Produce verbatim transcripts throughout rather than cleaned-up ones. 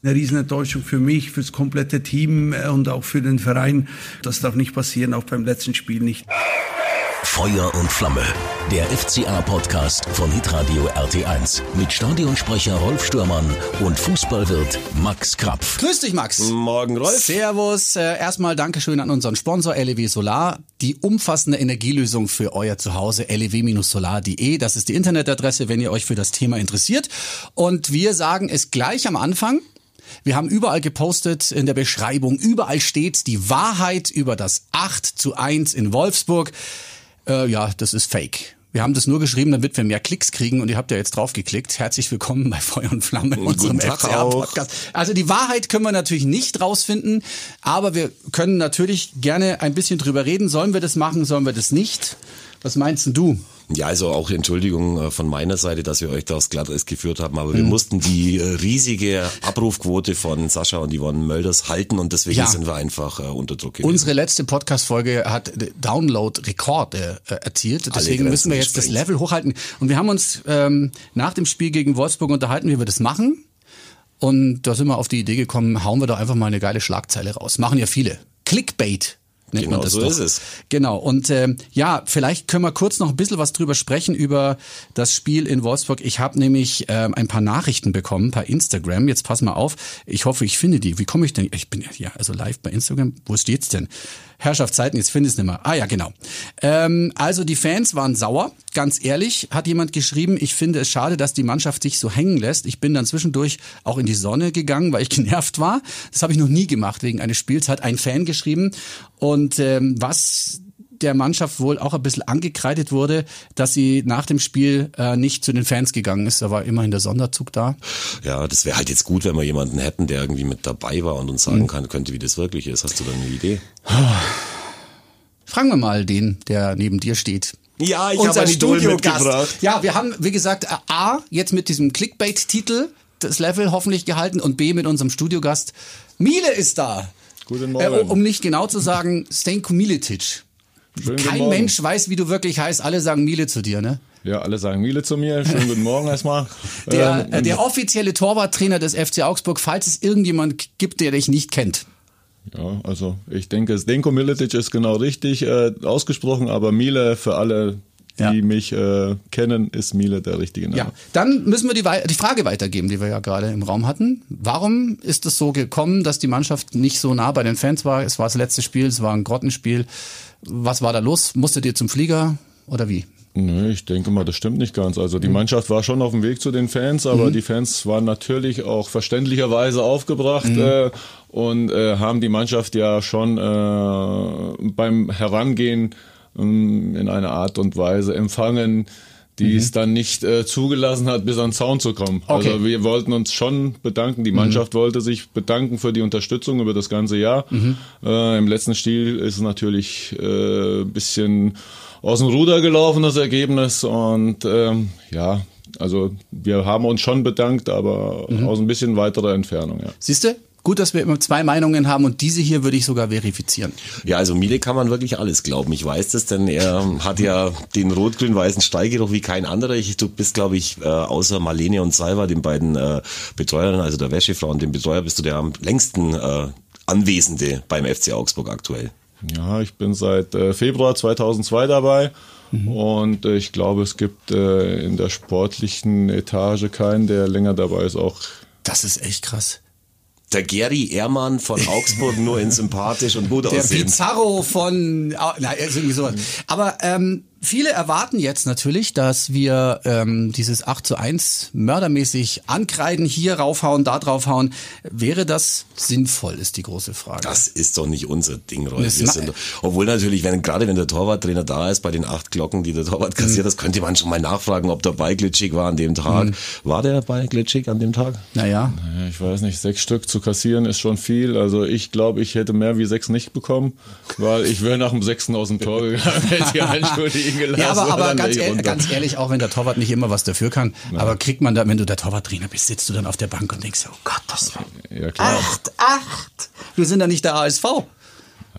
eine Riesenenttäuschung für mich, fürs komplette Team und auch für den Verein. Das darf nicht passieren, auch beim letzten Spiel nicht. Feuer und Flamme, der F C A-Podcast von Hitradio R T eins mit Stadionsprecher Rolf Stürmann und Fußballwirt Max Krapf. Grüß dich, Max. Morgen, Rolf. Servus. Äh, erstmal Dankeschön an unseren Sponsor L E W Solar. Die umfassende Energielösung für euer Zuhause, L E W Solar punkt de. Das ist die Internetadresse, wenn ihr euch für das Thema interessiert. Und wir sagen es gleich am Anfang. Wir haben überall gepostet in der Beschreibung, überall steht die Wahrheit über das acht zu eins in Wolfsburg. Äh, ja, das ist fake. Wir haben das nur geschrieben, damit wir mehr Klicks kriegen und ihr habt ja jetzt drauf geklickt. Herzlich willkommen bei Feuer und Flamme, unserem F C A-Podcast. Also die Wahrheit können wir natürlich nicht rausfinden, aber wir können natürlich gerne ein bisschen drüber reden. Sollen wir das machen, sollen wir das nicht? Was meinst denn du? Ja, also auch Entschuldigung von meiner Seite, dass wir euch da aufs Glatteis geführt haben, aber mhm. wir mussten die riesige Abrufquote von Sascha und Yvonne Mölders halten und deswegen ja. sind wir einfach äh, unter Druck gewesen. Unsere letzte Podcast-Folge hat Download-Rekorde äh, erzielt, deswegen müssen wir jetzt das Level hochhalten. Und wir haben uns ähm, nach dem Spiel gegen Wolfsburg unterhalten, wie wir das machen. Und da sind wir auf die Idee gekommen, hauen wir doch einfach mal eine geile Schlagzeile raus. Machen ja viele. Clickbait. Nennt genau, man das so doch. ist es. Genau, und ähm, ja, vielleicht können wir kurz noch ein bisschen was drüber sprechen, über das Spiel in Wolfsburg. Ich habe nämlich ähm, ein paar Nachrichten bekommen per Instagram. Jetzt pass mal auf, ich hoffe, ich finde die. Wie komme ich denn? Ich bin ja also live bei Instagram. Wo steht's denn? Herrschaftszeiten, jetzt finde ich es nicht mehr. Ah ja, genau. Ähm, also die Fans waren sauer, ganz ehrlich, hat jemand geschrieben. Ich finde es schade, dass die Mannschaft sich so hängen lässt. Ich bin dann zwischendurch auch in die Sonne gegangen, weil ich genervt war. Das habe ich noch nie gemacht wegen eines Spiels, hat ein Fan geschrieben. Und ähm, was der Mannschaft wohl auch ein bisschen angekreidet wurde, dass sie nach dem Spiel äh, nicht zu den Fans gegangen ist. Da war immerhin der Sonderzug da. Ja, das wäre halt jetzt gut, wenn wir jemanden hätten, der irgendwie mit dabei war und uns sagen mhm. kann, könnte, wie das wirklich ist. Hast du da eine Idee? Fragen wir mal den, der neben dir steht. Ja, ich habe ein Idol mitgebracht. Ja, wir haben, wie gesagt, A, jetzt mit diesem Clickbait-Titel das Level hoffentlich gehalten und B, mit unserem Studiogast. Miele ist da. Guten Morgen. Äh, um nicht genau zu sagen, Stenko Militic. Schönen Kein Mensch weiß, wie du wirklich heißt. Alle sagen Miele zu dir, ne? Ja, alle sagen Miele zu mir. Schönen guten Morgen erstmal. Der, ähm, der offizielle Torwarttrainer des F C Augsburg, falls es irgendjemand gibt, der dich nicht kennt. Ja, also ich denke, Stenko Militic ist genau richtig äh, ausgesprochen, aber Miele für alle, die ja. mich äh, kennen, ist Miele der richtige Name. Ja, dann müssen wir die, die Frage weitergeben, die wir ja gerade im Raum hatten. Warum ist es so gekommen, dass die Mannschaft nicht so nah bei den Fans war? Es war das letzte Spiel, es war ein Grottenspiel. Was war da los? Musstet ihr zum Flieger oder wie? Nee, ich denke mal, das stimmt nicht ganz. Also die Mannschaft war schon auf dem Weg zu den Fans, aber mhm. die Fans waren natürlich auch verständlicherweise aufgebracht mhm. äh, und äh, haben die Mannschaft ja schon äh, beim Herangehen äh, in einer Art und Weise empfangen, die mhm. es dann nicht äh, zugelassen hat, bis an den Zaun zu kommen. Okay. Also wir wollten uns schon bedanken, die Mannschaft mhm. wollte sich bedanken für die Unterstützung über das ganze Jahr. Mhm. Äh, im letzten Spiel ist es natürlich äh, ein bisschen aus dem Ruder gelaufen, das Ergebnis. Und ähm, ja, also wir haben uns schon bedankt, aber mhm. aus ein bisschen weiterer Entfernung. Ja. Siehst du? Gut, dass wir immer zwei Meinungen haben und diese hier würde ich sogar verifizieren. Ja, also Miele kann man wirklich alles glauben. Ich weiß das, denn er hat ja den rot-grün-weißen Stallgeruch wie kein anderer. Ich, du bist, glaube ich, äh, außer Marlene und Salva, den beiden äh, Betreuern, also der Wäschefrau und dem Betreuer, bist du der am längsten äh, Anwesende beim F C Augsburg aktuell. Ja, ich bin seit äh, Februar zweitausendzwei dabei. Mhm. Und äh, ich glaube, es gibt äh, in der sportlichen Etage keinen, der länger dabei ist. Auch das ist echt krass. Der Gary Ehrmann von Augsburg, nur in sympathisch und gut aussehend. Der Pizarro von, na, irgendwie sowas. Aber ähm, viele erwarten jetzt natürlich, dass wir ähm, dieses acht zu eins mördermäßig ankreiden, hier raufhauen, da draufhauen. Wäre das sinnvoll, ist die große Frage. Das ist doch nicht unser Ding, Rolf. Wir sind, obwohl natürlich, wenn gerade wenn der Torwarttrainer da ist, bei den acht Glocken, die der Torwart kassiert, mhm. das könnte man schon mal nachfragen, ob der Beiglitschig war an dem Tag. Mhm. War der Beiglitschig an dem Tag? Naja. naja. Ich weiß nicht, sechs Stück zu kassieren ist schon viel. Also ich glaube, ich hätte mehr wie sechs nicht bekommen, weil ich wäre nach dem sechsten aus dem Tor gegangen, hätte die Einschuldigen gelassen. Ja, aber, aber ganz, ehr, ganz ehrlich, auch wenn der Torwart nicht immer was dafür kann, ja. aber kriegt man da, wenn du der Torwarttrainer bist, sitzt du dann auf der Bank und denkst, oh Gott, das war ja, klar. acht, acht. Wir sind ja nicht der A S V.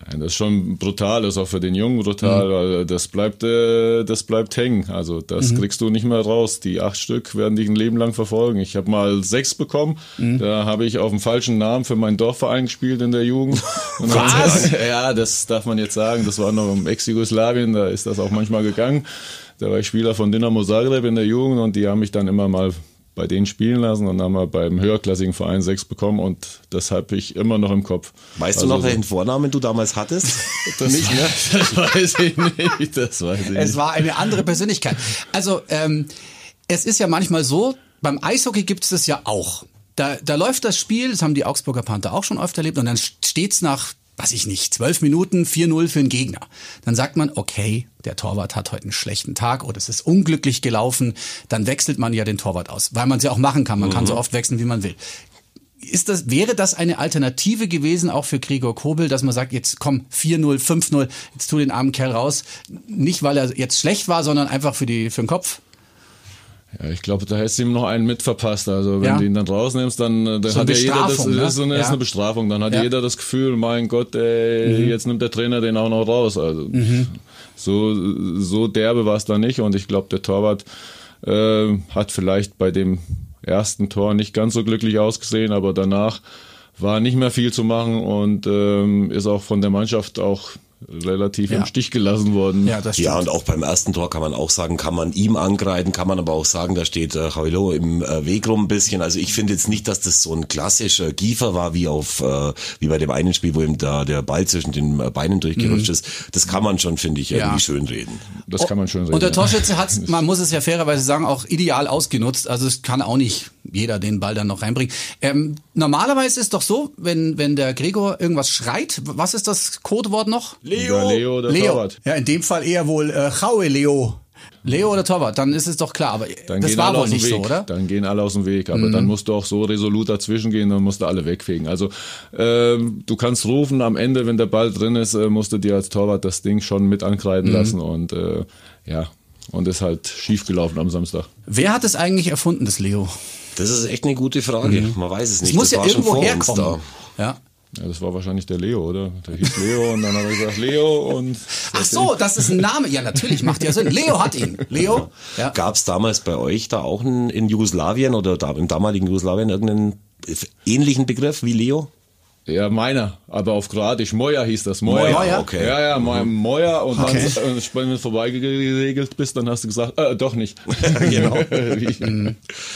Das ist schon brutal, das ist auch für den Jungen brutal, mhm. weil das bleibt, äh, das bleibt hängen. Also das mhm. kriegst du nicht mehr raus. Die acht Stück werden dich ein Leben lang verfolgen. Ich habe mal sechs bekommen. Mhm. Da habe ich auf dem falschen Namen für meinen Dorfverein gespielt in der Jugend. Und Was? Dann, ja, das darf man jetzt sagen. Das war noch im Ex-Jugoslawien, da ist das auch manchmal gegangen. Da war ich Spieler von Dinamo Zagreb in der Jugend und die haben mich dann immer mal bei denen spielen lassen und dann haben wir beim höherklassigen Verein sechs bekommen und das habe ich immer noch im Kopf. Weißt also du noch, welchen Vornamen du damals hattest? Das nicht, ne? Das weiß ich nicht. Das weiß ich es nicht. war eine andere Persönlichkeit. Also ähm, es ist ja manchmal so, beim Eishockey gibt es das ja auch. Da, da läuft das Spiel, das haben die Augsburger Panther auch schon oft erlebt und dann steht's nach, weiß ich nicht, zwölf Minuten vier null für den Gegner. Dann sagt man, okay, der Torwart hat heute einen schlechten Tag oder es ist unglücklich gelaufen. Dann wechselt man ja den Torwart aus, weil man es ja auch machen kann. Man mhm. kann so oft wechseln, wie man will. Ist das, wäre das eine Alternative gewesen, auch für Gregor Kobel, dass man sagt, jetzt komm, vier null, fünf null, jetzt tu den armen Kerl raus. Nicht, weil er jetzt schlecht war, sondern einfach für, die, für den Kopf? Ja, ich glaube, da hättest du ihm noch einen mit verpasst. Also wenn ja. du ihn dann rausnimmst, dann, dann so hat ja jeder das, ne? ist, so eine, ja. ist eine Bestrafung. Dann hat ja. jeder das Gefühl, mein Gott, ey, mhm. jetzt nimmt der Trainer den auch noch raus. Also mhm. so, so derbe war es da nicht. Und ich glaube, der Torwart äh, hat vielleicht bei dem ersten Tor nicht ganz so glücklich ausgesehen, aber danach war nicht mehr viel zu machen und ähm, ist auch von der Mannschaft auch relativ ja. im Stich gelassen worden. Ja, das stimmt. Ja, und auch beim ersten Tor kann man auch sagen, kann man ihm angreifen, kann man aber auch sagen, da steht äh, Chailo im äh, Weg rum ein bisschen. Also ich finde jetzt nicht, dass das so ein klassischer Giefer war, wie auf äh, wie bei dem einen Spiel, wo ihm da der Ball zwischen den Beinen durchgerutscht mhm. ist. Das kann man schon, finde ich, irgendwie ja. schön reden. Das kann man schön reden. Und der Torschütze hat, man muss es ja fairerweise sagen, auch ideal ausgenutzt. Also es kann auch nicht jeder den Ball dann noch reinbringen. Ähm, normalerweise ist es doch so, wenn wenn der Gregor irgendwas schreit, was ist das Codewort noch? Leo. Ja, Leo oder Leo. Torwart. Ja, in dem Fall eher wohl äh, Chaue Leo. Leo oder Torwart, dann ist es doch klar. Aber dann das gehen war alle wohl aus dem nicht Weg. so, oder? Dann gehen alle aus dem Weg. Aber mhm. dann musst du auch so resolut dazwischen gehen, dann musst du alle wegfegen. Also ähm, du kannst rufen, am Ende, wenn der Ball drin ist, äh, musst du dir als Torwart das Ding schon mit ankreiden mhm. lassen. Und äh, ja, und ist halt schief gelaufen am Samstag. Wer hat es eigentlich erfunden, das Leo? Das ist echt eine gute Frage. Mhm. Man weiß es nicht. Es muss das ja war irgendwo schon vor herkommen. uns da. Ja. Ja, das war wahrscheinlich der Leo, oder? Der hieß Leo und dann hat er gesagt Leo und... Ach so, das ist ein Name. Ja, natürlich, macht ja Sinn. Leo hat ihn. Leo? Ja. Gab es damals bei euch da auch einen, in Jugoslawien oder da, im damaligen Jugoslawien irgendeinen ähnlichen Begriff wie Leo? Ja, meiner, aber auf Kroatisch. Moja hieß das. Moja, Moja? Okay. Ja, ja, mhm. Moja und okay. dann, äh, wenn du vorbeigeregelt bist, dann hast du gesagt, äh, doch nicht. Genau. mhm.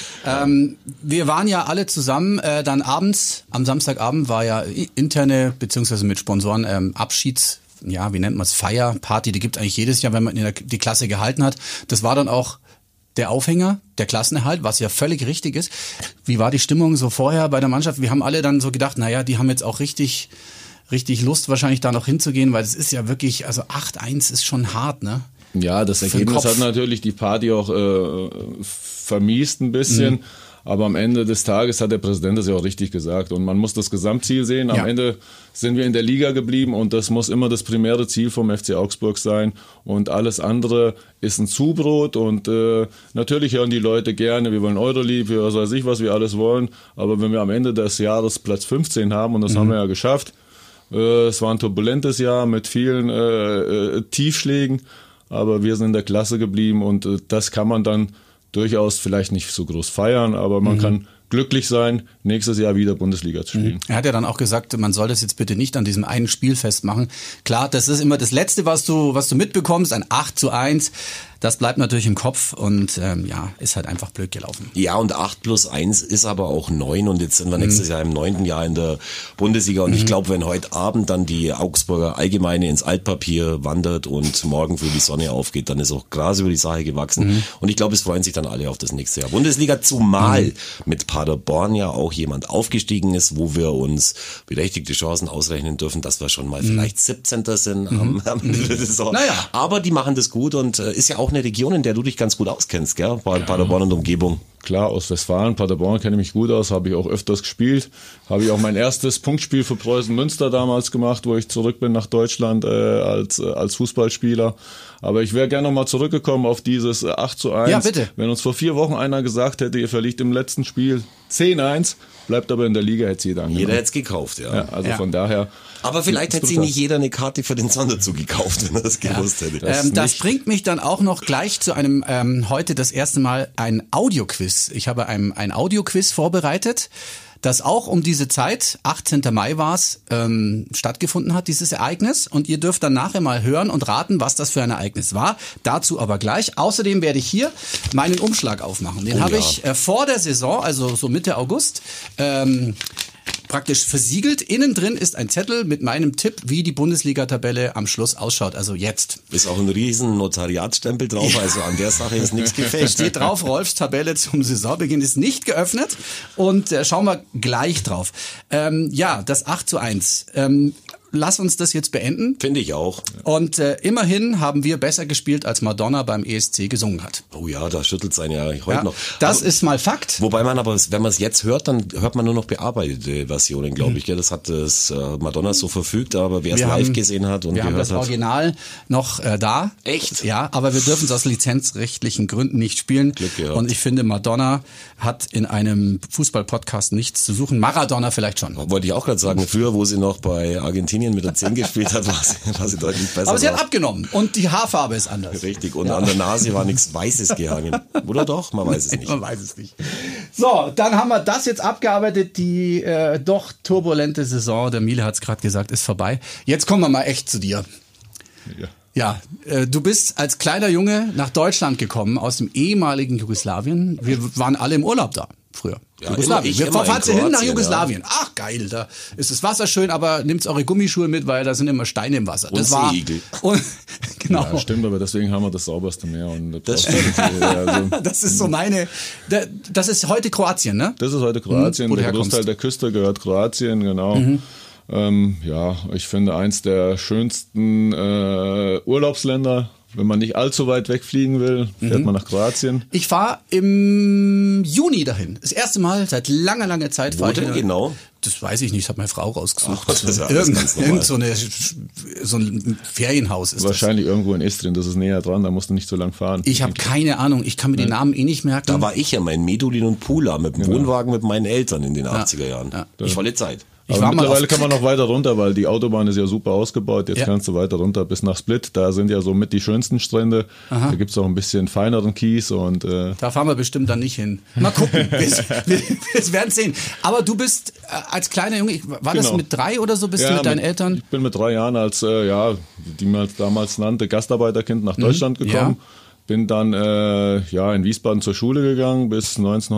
ähm, wir waren ja alle zusammen, äh, dann abends, am Samstagabend war ja interne, beziehungsweise mit Sponsoren, ähm, Abschieds, ja, wie nennt man es, Feierparty, die gibt es eigentlich jedes Jahr, wenn man in der, die Klasse gehalten hat. Das war dann auch der Aufhänger, der Klassenerhalt, was ja völlig richtig ist. Wie war die Stimmung so vorher bei der Mannschaft? Wir haben alle dann so gedacht, naja, die haben jetzt auch richtig, richtig Lust wahrscheinlich da noch hinzugehen, weil es ist ja wirklich, also acht eins ist schon hart, ne? Ja, das Ergebnis hat natürlich die Party auch äh, vermiest ein bisschen. Mhm. Aber am Ende des Tages hat der Präsident das ja auch richtig gesagt. Und man muss das Gesamtziel sehen. Am ja. Ende sind wir in der Liga geblieben und das muss immer das primäre Ziel vom F C Augsburg sein. Und alles andere ist ein Zubrot. Und äh, natürlich hören die Leute gerne, wir wollen Euroleague, was weiß ich, was wir alles wollen. Aber wenn wir am Ende des Jahres Platz fünfzehn haben, und das mhm. haben wir ja geschafft, äh, es war ein turbulentes Jahr mit vielen äh, äh, Tiefschlägen, aber wir sind in der Klasse geblieben und äh, das kann man dann durchaus vielleicht nicht so groß feiern, aber man mhm. kann glücklich sein, nächstes Jahr wieder Bundesliga zu spielen. Er hat ja dann auch gesagt, man soll das jetzt bitte nicht an diesem einen Spiel festmachen. Klar, das ist immer das Letzte, was du, was du mitbekommst, ein acht zu eins. Das bleibt natürlich im Kopf und ähm, ja, ist halt einfach blöd gelaufen. Ja, und acht plus eins ist aber auch neun und jetzt sind wir nächstes mhm. Jahr im neunten Jahr in der Bundesliga und mhm. ich glaube, wenn heute Abend dann die Augsburger Allgemeine ins Altpapier wandert und morgen früh die Sonne aufgeht, dann ist auch Gras über die Sache gewachsen mhm. und ich glaube, es freuen sich dann alle auf das nächste Jahr Bundesliga, zumal mhm. mit Paderborn ja auch jemand aufgestiegen ist, wo wir uns berechtigte Chancen ausrechnen dürfen, dass wir schon mal mhm. vielleicht siebzehnter sind mhm. am, am Ende der Saison. Naja. Aber die machen das gut und äh, ist ja auch eine Region, in der du dich ganz gut auskennst, gell? Paderborn ja. und Umgebung. Klar, aus Westfalen, Paderborn kenne ich mich gut aus, habe ich auch öfters gespielt. Habe ich auch mein erstes Punktspiel für Preußen Münster damals gemacht, wo ich zurück bin nach Deutschland äh, als äh, als Fußballspieler. Aber ich wäre gerne nochmal zurückgekommen auf dieses äh, acht zu eins. Ja, bitte. Wenn uns vor vier Wochen einer gesagt hätte, ihr verliert im letzten Spiel zehn eins, bleibt aber in der Liga, hätte jeder angenommen. Jeder hätte es gekauft, ja. ja also ja. von daher... Aber vielleicht hätte sich nicht jeder eine Karte für den Sonderzug gekauft, wenn er das gewusst ja. hätte. Das, ähm, das bringt mich dann auch noch gleich zu einem, ähm, heute das erste Mal ein Audioquiz. Ich habe ein, ein Audioquiz vorbereitet, das auch um diese Zeit, achtzehnten Mai war es, ähm, stattgefunden hat, dieses Ereignis. Und ihr dürft dann nachher mal hören und raten, was das für ein Ereignis war. Dazu aber gleich. Außerdem werde ich hier meinen Umschlag aufmachen. Den oh, habe ja. ich äh, vor der Saison, also so Mitte August, ähm, praktisch versiegelt. Innen drin ist ein Zettel mit meinem Tipp, wie die Bundesliga-Tabelle am Schluss ausschaut. Also jetzt. Ist auch ein riesen Notariatsstempel drauf, also an der Sache ist nichts Da gefälscht. steht drauf, Rolfs Tabelle zum Saisonbeginn ist nicht geöffnet. Und äh, schauen wir gleich drauf. Ähm, ja, das acht zu eins. Ähm, lass uns das jetzt beenden. Finde ich auch. Und äh, immerhin haben wir besser gespielt, als Madonna beim E S C gesungen hat. Oh ja, da schüttelt es einen ja heute Ja, noch. das aber, ist mal Fakt. Wobei man aber, wenn man es jetzt hört, dann hört man nur noch bearbeitete Versionen, glaube ich. Gell? Das hat das äh, Madonna so verfügt, aber wer es Wir live haben- gesehen hat und Wir haben gehört das hat. Original noch äh, da. Echt? Ja, aber wir dürfen es aus lizenzrechtlichen Gründen nicht spielen. Glück gehabt. Und ich finde, Madonna hat in einem Fußball-Podcast nichts zu suchen. Maradona vielleicht schon. Wollte ich auch gerade sagen, früher, wo sie noch bei Argentinien mit der zehn gespielt hat, war sie, war sie deutlich besser. Aber sie hat drauf. abgenommen und die Haarfarbe ist anders. Richtig, und an der Nase war nichts Weißes gehangen. Oder doch? Man weiß es nicht. Man weiß es nicht. So, dann haben wir das jetzt abgearbeitet. Die äh, doch turbulente Saison, der Miele hat es gerade gesagt, ist vorbei. Jetzt kommen wir mal echt zu dir. Ja. Ja, äh, du bist als kleiner Junge nach Deutschland gekommen, aus dem ehemaligen Jugoslawien. Wir waren alle im Urlaub da früher. Ja, Jugoslawien. immer- ich Wir immer fahren in hin nach Kroatien, Jugoslawien. Ach geil, da ist das Wasser schön, aber nehmt eure Gummischuhe mit, weil da sind immer Steine im Wasser. Und Das war Seeigel. und, genau. Ja, stimmt, aber deswegen haben wir das sauberste Meer. Und Das stimmt. Also, Das ist so meine. da- Das ist heute Kroatien, ne? das ist heute Kroatien. wo du Der herkommst. Großteil der Küste gehört Kroatien, genau. Ähm, ja, ich finde eins der schönsten äh, Urlaubsländer. Wenn man nicht allzu weit wegfliegen will, fährt man nach Kroatien. Ich fahre im Juni dahin. Das erste Mal seit langer, langer Zeit. Wo fahr ich denn hin. genau? Das weiß ich nicht, das hat meine Frau rausgesucht. Ach, das ist ja alles irgend, ganz normal. irgend so, eine, so ein Ferienhaus ist Wahrscheinlich irgendwo in Istrien, das ist näher dran, da musst du nicht so lang fahren. das. Ich habe keine Ahnung, ich kann mir die Namen eh nicht merken. Da war ich ja mein Medulin und Pula mit dem Wohnwagen mit meinen Eltern in den achtziger Jahren. Ja. Tolle Zeit. Ich Aber war mal mittlerweile auf- kann man noch weiter runter, weil die Autobahn ist ja super ausgebaut. Jetzt Ja. kannst du weiter runter bis nach Split. Da sind ja so mit die schönsten Strände. Da gibt's auch ein bisschen feineren Kies und äh, Da fahren wir bestimmt dann nicht hin. Mal gucken, wir, wir, wir werden sehen. Aber du bist äh, als kleiner Junge, ich- war das Genau. mit drei oder so, bist du ja, mit deinen Eltern? Ich bin mit drei Jahren als, äh, ja, die man damals nannte, Gastarbeiterkind nach Deutschland gekommen. Ja. Bin dann äh, ja in Wiesbaden zur Schule gegangen bis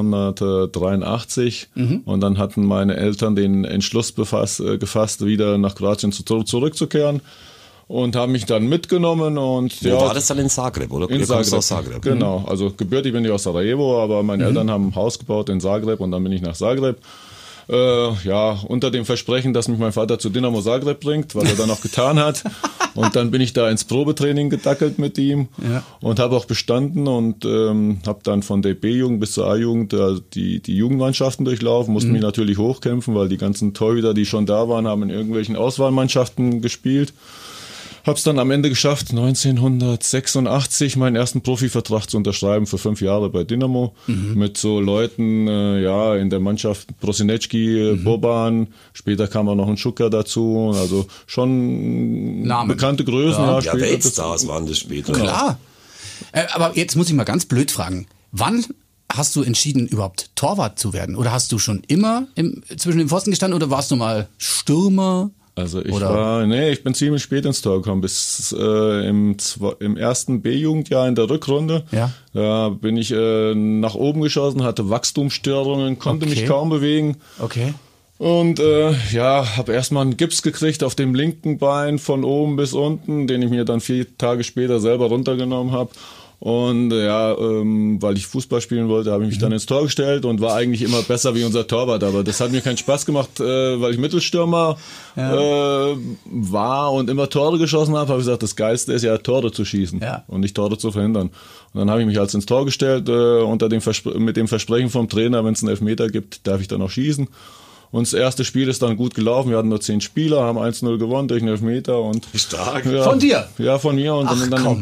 neunzehnhundertdreiundachtzig und dann hatten meine Eltern den Entschluss befasst, äh, gefasst, wieder nach Kroatien zu, zurückzukehren und haben mich dann mitgenommen und Wo ja, war das dann in Zagreb, oder? in Ihr kommst Zagreb. aus Zagreb. Genau, also gebürtig bin ich aus Sarajevo, aber meine Eltern haben ein Haus gebaut in Zagreb und dann bin ich nach Zagreb. Äh, ja, unter dem Versprechen, dass mich mein Vater zu Dinamo Zagreb bringt, was er dann auch getan hat. Und dann bin ich da ins Probetraining gedackelt mit ihm Ja. und habe auch bestanden und ähm, habe dann von der B-Jugend bis zur A-Jugend äh, die, die Jugendmannschaften durchlaufen, musste mich natürlich hochkämpfen, weil die ganzen Torhüter, die schon da waren, haben in irgendwelchen Auswahlmannschaften gespielt. Hab's dann am Ende geschafft, neunzehnhundertsechsundachtzig meinen ersten Profivertrag zu unterschreiben für fünf Jahre bei Dynamo. Mhm. Mit so Leuten, äh, ja, in der Mannschaft Prosinecki, Mhm. Boban, später kam auch noch ein Schucker dazu, also schon Namen. bekannte Größen. Ja. Ja, Ja, später Weltstars waren das später. Klar. Äh, aber jetzt muss ich mal ganz blöd fragen. Wann hast du entschieden, überhaupt Torwart zu werden? Oder hast du schon immer im, zwischen den Pfosten gestanden oder warst du mal Stürmer? Also ich Oder- war, nee, ich bin ziemlich spät ins Tor gekommen, bis äh, im, zwe- im ersten B-Jugendjahr in der Rückrunde. Ja. Da bin ich äh, nach oben geschossen, hatte Wachstumsstörungen, konnte Okay. mich kaum bewegen. Okay. Und äh, ja, habe erstmal einen Gips gekriegt auf dem linken Bein von oben bis unten, den ich mir dann vier Tage später selber runtergenommen habe. Und äh, ja, ähm, weil ich Fußball spielen wollte, habe ich mich dann ins Tor gestellt und war eigentlich immer besser wie unser Torwart. Aber das hat mir keinen Spaß gemacht, äh, weil ich Mittelstürmer äh, war und immer Tore geschossen habe. Habe ich gesagt, das Geilste ist ja, Tore zu schießen Ja. und nicht Tore zu verhindern. Und dann habe ich mich als ins Tor gestellt äh, unter dem Verspr- mit dem Versprechen vom Trainer, wenn es einen Elfmeter gibt, darf ich dann auch schießen. Und das erste Spiel ist dann gut gelaufen. Wir hatten nur zehn Spieler, haben eins null gewonnen durch einen Elfmeter. Und Stark. ja, Von dir? Ja, von mir. Und Ach, dann, dann komm.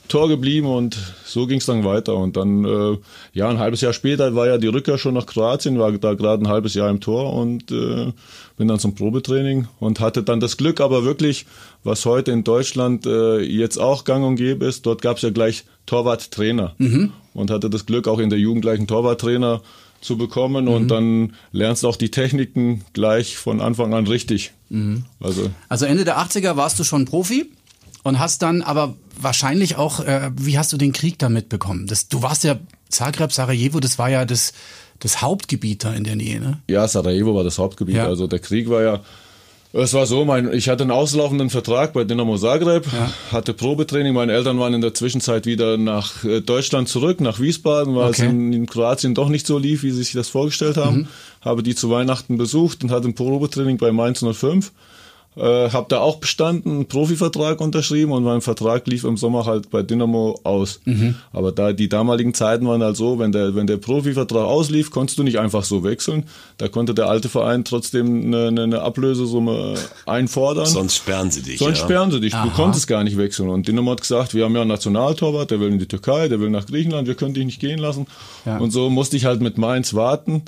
Tor geblieben und so ging es dann weiter. Und dann, äh, ja, ein halbes Jahr später war ja die Rückkehr schon nach Kroatien, war da gerade ein halbes Jahr im Tor und äh, bin dann zum Probetraining und hatte dann das Glück, aber wirklich, was heute in Deutschland äh, jetzt auch gang und gäbe ist, dort gab es ja gleich Torwarttrainer mhm. und hatte das Glück, auch in der Jugend gleich einen Torwarttrainer zu bekommen mhm. und dann lernst du auch die Techniken gleich von Anfang an richtig. Mhm. Also, also Ende der achtziger warst du schon Profi? Und hast dann aber wahrscheinlich auch, äh, wie hast du den Krieg da mitbekommen? Das, du warst ja, Zagreb, Sarajevo, das war ja das, das Hauptgebiet da in der Nähe, ne? Ja, Sarajevo war das Hauptgebiet. Ja. Also der Krieg war ja, es war so, mein, ich hatte einen auslaufenden Vertrag bei Dinamo Zagreb, ja. hatte Probetraining. Meine Eltern waren in der Zwischenzeit wieder nach Deutschland zurück, nach Wiesbaden, weil okay. es in, in Kroatien doch nicht so lief, wie sie sich das vorgestellt haben. Mhm. Habe die zu Weihnachten besucht und hatte ein Probetraining bei Mainz null fünf. Äh, hab da auch bestanden, einen Profivertrag unterschrieben und mein Vertrag lief im Sommer halt bei Dynamo aus. Mhm. Aber da die damaligen Zeiten waren halt so, wenn der, wenn der Profivertrag auslief, konntest du nicht einfach so wechseln. Da konnte der alte Verein trotzdem eine, eine Ablösesumme einfordern. Sonst sperren sie dich. Sonst ja. sperren sie dich. Aha. Du konntest gar nicht wechseln. Und Dynamo hat gesagt, wir haben ja einen Nationaltorwart, der will in die Türkei, der will nach Griechenland, wir können dich nicht gehen lassen. Ja. Und so musste ich halt mit Mainz warten.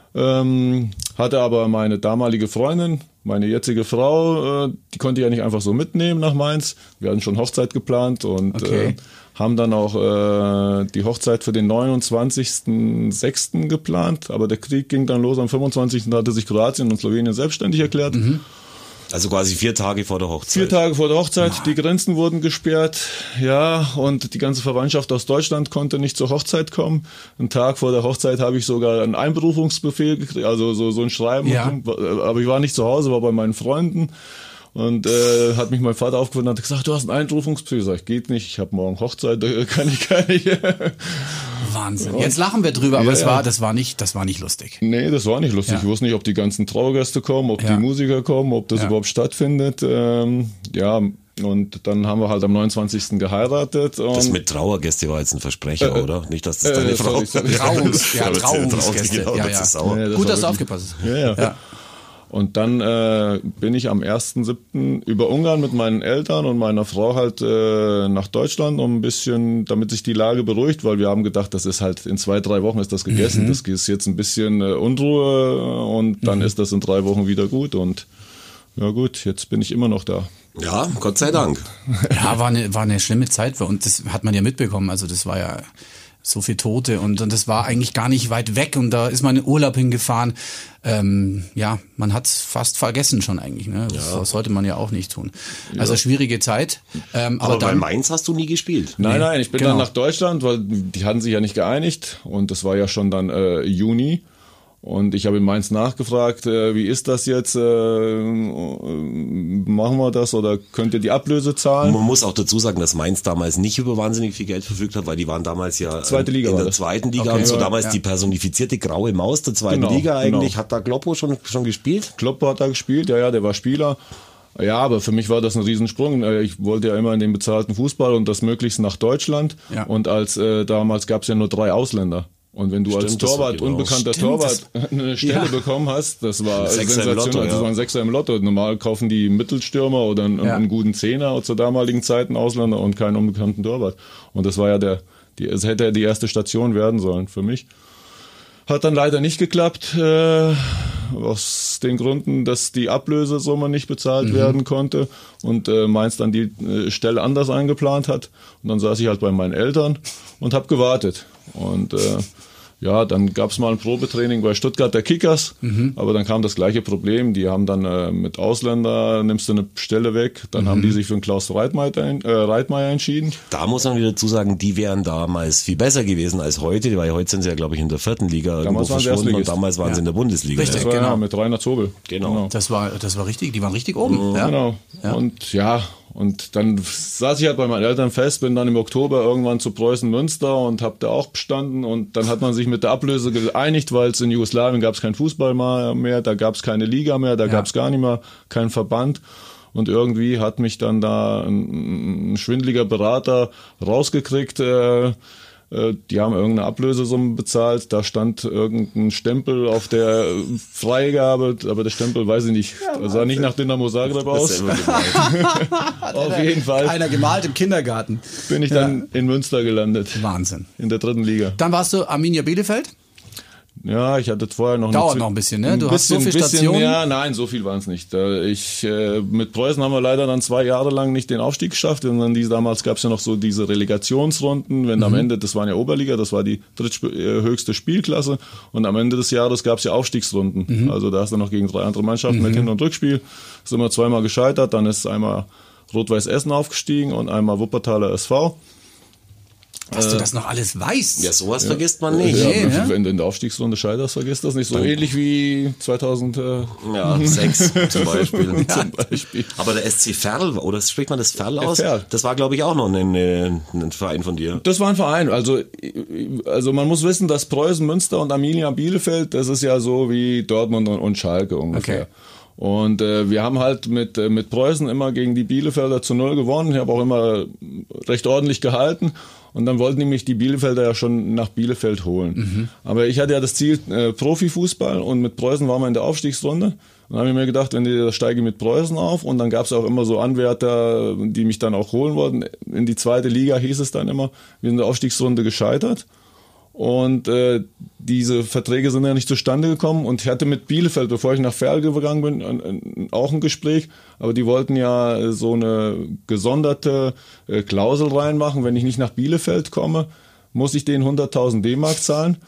Ähm, hatte aber meine damalige Freundin, meine jetzige Frau, äh, die konnte ich ja nicht einfach so mitnehmen nach Mainz. Wir hatten schon Hochzeit geplant und okay. äh, haben dann auch äh, die Hochzeit für den neunundzwanzigsten sechsten geplant. Aber der Krieg ging dann los am fünfundzwanzigsten Da hatte sich Kroatien und Slowenien selbstständig erklärt. Mhm. Also quasi vier Tage vor der Hochzeit. Vier Tage vor der Hochzeit, die Grenzen wurden gesperrt, ja, und die ganze Verwandtschaft aus Deutschland konnte nicht zur Hochzeit kommen. Einen Tag vor der Hochzeit habe ich sogar einen Einberufungsbefehl gekriegt, also so, so ein Schreiben, ja. aber ich war nicht zu Hause, war bei meinen Freunden. Und äh, hat mich mein Vater aufgefunden und hat gesagt, du hast einen Einberufungsbefehl. Sag ich, geht nicht, ich habe morgen Hochzeit, da kann ich gar nicht. Wahnsinn. Jetzt lachen wir drüber, aber ja, es war, das war nicht, das war nicht lustig. Nee, das war nicht lustig. Ja. Ich wusste nicht, ob die ganzen Trauergäste kommen, ob ja. die Musiker kommen, ob das ja. überhaupt stattfindet. Ähm, ja, und dann haben wir halt am neunundzwanzigsten geheiratet. Und das mit Trauergäste war jetzt ein Versprecher, äh, oder? Nicht, dass das deine äh, Frau... Trauungs, ja, Trauungsgäste. Genau, ja, das ja. ist sauer. Ja, das Gut, dass du aufgepasst hast. Ja, ja. ja. Und dann äh, bin ich am ersten siebten über Ungarn mit meinen Eltern und meiner Frau halt äh, nach Deutschland, um ein bisschen, damit sich die Lage beruhigt, weil wir haben gedacht, das ist halt in zwei, drei Wochen ist das gegessen. Mhm. Das ist jetzt ein bisschen äh, Unruhe und dann mhm. ist das in drei Wochen wieder gut. Und ja gut, jetzt bin ich immer noch da. Ja, Gott sei Dank. Ja, war eine, war eine schlimme Zeit und das hat man ja mitbekommen. Also das war ja so viel Tote und, und das war eigentlich gar nicht weit weg und da ist man in Urlaub hingefahren. Ähm, ja, man hat's fast vergessen schon eigentlich. Ne? Das, ja. das sollte man ja auch nicht tun. Also ja. schwierige Zeit. Ähm, aber aber dann, bei Mainz hast du nie gespielt. Nein, nein, ich bin genau. dann nach Deutschland, weil die hatten sich ja nicht geeinigt und das war ja schon dann äh, Juni. Und ich habe in Mainz nachgefragt, äh, wie ist das jetzt, äh, machen wir das oder könnt ihr die Ablöse zahlen? Man muss auch dazu sagen, dass Mainz damals nicht über wahnsinnig viel Geld verfügt hat, weil die waren damals ja Zweite Liga in der das. zweiten Liga okay, und so ja, damals ja. die personifizierte graue Maus der zweiten Genau, Liga eigentlich. genau. Hat da Kloppo schon, schon gespielt? Kloppo hat da gespielt, ja, ja, der war Spieler. Ja, aber für mich war das ein Riesensprung. Ich wollte ja immer in den bezahlten Fußball und das möglichst nach Deutschland. Ja. Und als äh, damals gab es ja nur drei Ausländer. Und wenn du Stimmt, als Torwart, genau. unbekannter Stimmt, Torwart, eine Stelle ja. bekommen hast, das war ein sensationell. Lotto, ja. Das war ein Sechser im Lotto. Normal kaufen die Mittelstürmer oder einen, ja. einen guten Zehner zur damaligen Zeit, einen Ausländer und keinen unbekannten Torwart. Und das war ja der, die, es hätte ja die erste Station werden sollen für mich. Hat dann leider nicht geklappt, äh, aus den Gründen, dass die Ablösesumme nicht bezahlt mhm. werden konnte und äh, Mainz dann die äh, Stelle anders eingeplant hat. Und dann saß ich halt bei meinen Eltern und habe gewartet. Und äh, ja, dann gab es mal ein Probetraining bei Stuttgarter Kickers, mhm. aber dann kam das gleiche Problem. Die haben dann äh, mit Ausländer, nimmst du eine Stelle weg, dann mhm. haben die sich für den Klaus Reitmeier, äh, Reitmeier entschieden. Da muss man wieder dazu sagen, die wären damals viel besser gewesen als heute, weil heute sind sie ja, glaube ich, in der vierten Liga damals irgendwo verschwunden und damals waren ja. sie in der Bundesliga. Richtig, das war, genau. Ja, mit Rainer Zobel. Genau. genau. Das war, das war richtig, die waren richtig oben. Mhm. Ja. Genau. Ja. Und ja, und dann saß ich halt bei meinen Eltern fest, bin dann im Oktober irgendwann zu Preußen Münster und habe da auch bestanden und dann hat man sich mit der Ablöse geeinigt, weil es in Jugoslawien gab es keinen Fußball mehr, da gab es keine Liga mehr, da ja. gab es gar nicht mehr keinen Verband und irgendwie hat mich dann da ein, ein schwindeliger Berater rausgekriegt, äh, Die haben irgendeine Ablösesumme bezahlt, da stand irgendein Stempel auf der Freigabe, aber der Stempel, weiß ich nicht, ja, sah nicht nach Dynamo Zagreb aus. Auf jeden Fall. Einer gemalt im Kindergarten. Bin ich dann ja. in Münster gelandet. Wahnsinn. In der dritten Liga. Dann warst du Arminia Bielefeld? Ja, ich hatte vorher noch... Dauert noch ein bisschen, ne? Du ein hast bisschen, so viele Stationen. Ja, nein, so viel waren es nicht. Ich, äh, mit Preußen haben wir leider dann zwei Jahre lang nicht den Aufstieg geschafft. Und dann diese, damals gab es ja noch so diese Relegationsrunden, wenn mhm. am Ende, das waren ja Oberliga, das war die dritthöchste Spielklasse. Und am Ende des Jahres gab es ja Aufstiegsrunden. Mhm. Also da hast du noch gegen drei andere Mannschaften mhm. mit Hin- und Rückspiel. Sind wir zweimal gescheitert. Dann ist einmal Rot-Weiß Essen aufgestiegen und einmal Wuppertaler S V. Dass du das noch alles weißt. Ja, sowas ja. vergisst man nicht. Ja, Nee, wenn du in der Aufstiegsrunde scheiterst, vergisst das nicht. So ähnlich wie zweitausendsechs zum Beispiel. Ja, zum Beispiel. Aber der S C Verl, oder spricht man das Verl aus? Verl. Das war, glaube ich, auch noch ein, ein Verein von dir. Das war ein Verein. Also, also man muss wissen, dass Preußen, Münster und Arminia Bielefeld, das ist ja so wie Dortmund und, und Schalke ungefähr. Okay. Und äh, wir haben halt mit, äh, mit Preußen immer gegen die Bielefelder zu null gewonnen. Ich habe auch immer recht ordentlich gehalten. Und dann wollten die mich die Bielefelder ja schon nach Bielefeld holen. Mhm. Aber ich hatte ja das Ziel äh, Profifußball und mit Preußen waren wir in der Aufstiegsrunde. Und dann habe ich mir gedacht, wenn die, da steige ich mit Preußen auf. Und dann gab es auch immer so Anwärter, die mich dann auch holen wollten. In die zweite Liga hieß es dann immer, wir sind in der Aufstiegsrunde gescheitert. Und äh, diese Verträge sind ja nicht zustande gekommen. Und ich hatte mit Bielefeld, bevor ich nach Verl gegangen bin, ein, ein, auch ein Gespräch. Aber die wollten ja so eine gesonderte äh, Klausel reinmachen. Wenn ich nicht nach Bielefeld komme, muss ich denen hunderttausend D-Mark zahlen.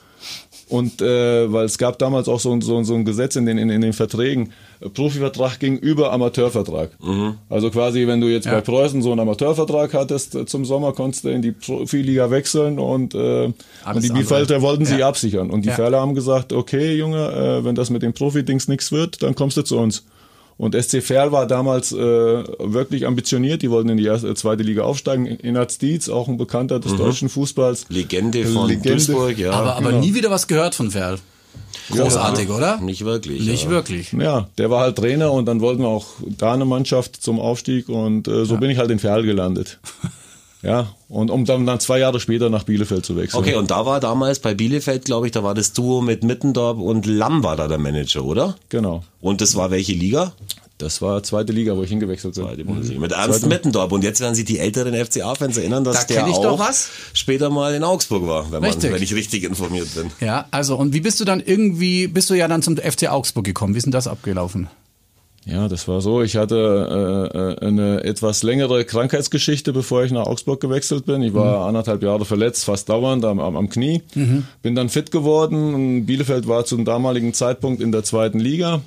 Und äh, weil es gab damals auch so, so, so ein Gesetz in den, in, in den Verträgen, Profivertrag gegenüber Amateurvertrag. Mhm. Also quasi, wenn du jetzt ja. bei Preußen so einen Amateurvertrag hattest äh, zum Sommer, konntest du in die Profiliga wechseln und, äh, und die Bielefelder wollten ja. sich absichern. Und die ja. Ferler haben gesagt, okay Junge, äh, wenn das mit dem Profi-Dings nichts wird, dann kommst du zu uns. Und S C Verl war damals äh, wirklich ambitioniert. Die wollten in die erste, zweite Liga aufsteigen. Inat Dietz, auch ein Bekannter des mhm. deutschen Fußballs. Legende von Legende. Duisburg, ja. Aber, aber genau. nie wieder was gehört von Verl. Großartig, ja, oder? Nicht wirklich. Nicht ja. wirklich. Ja, der war halt Trainer und dann wollten wir auch da eine Mannschaft zum Aufstieg und äh, so ja. bin ich halt in Verl gelandet. Ja, und um dann, dann zwei Jahre später nach Bielefeld zu wechseln. Okay, und da war damals bei Bielefeld, glaube ich, da war das Duo mit Mittendorf und Lamm war da der Manager, oder? Genau. Und das war welche Liga? Das war zweite Liga, wo ich hingewechselt bin. Zweite Bundesliga. Mit Ernst Mittendorf. Und jetzt werden sich die älteren F C A-Fans erinnern, dass da der ich auch doch was. später mal in Augsburg war, wenn, man, Richtig. wenn ich richtig informiert bin. Ja, also und wie bist du dann irgendwie, bist du ja dann zum F C Augsburg gekommen? Wie ist denn das abgelaufen? Ja, das war so. Ich hatte äh, eine etwas längere Krankheitsgeschichte, bevor ich nach Augsburg gewechselt bin. Ich war mhm. anderthalb Jahre verletzt, fast dauernd am, am, am Knie. Mhm. Bin dann fit geworden. Bielefeld war zum damaligen Zeitpunkt in der zweiten Liga.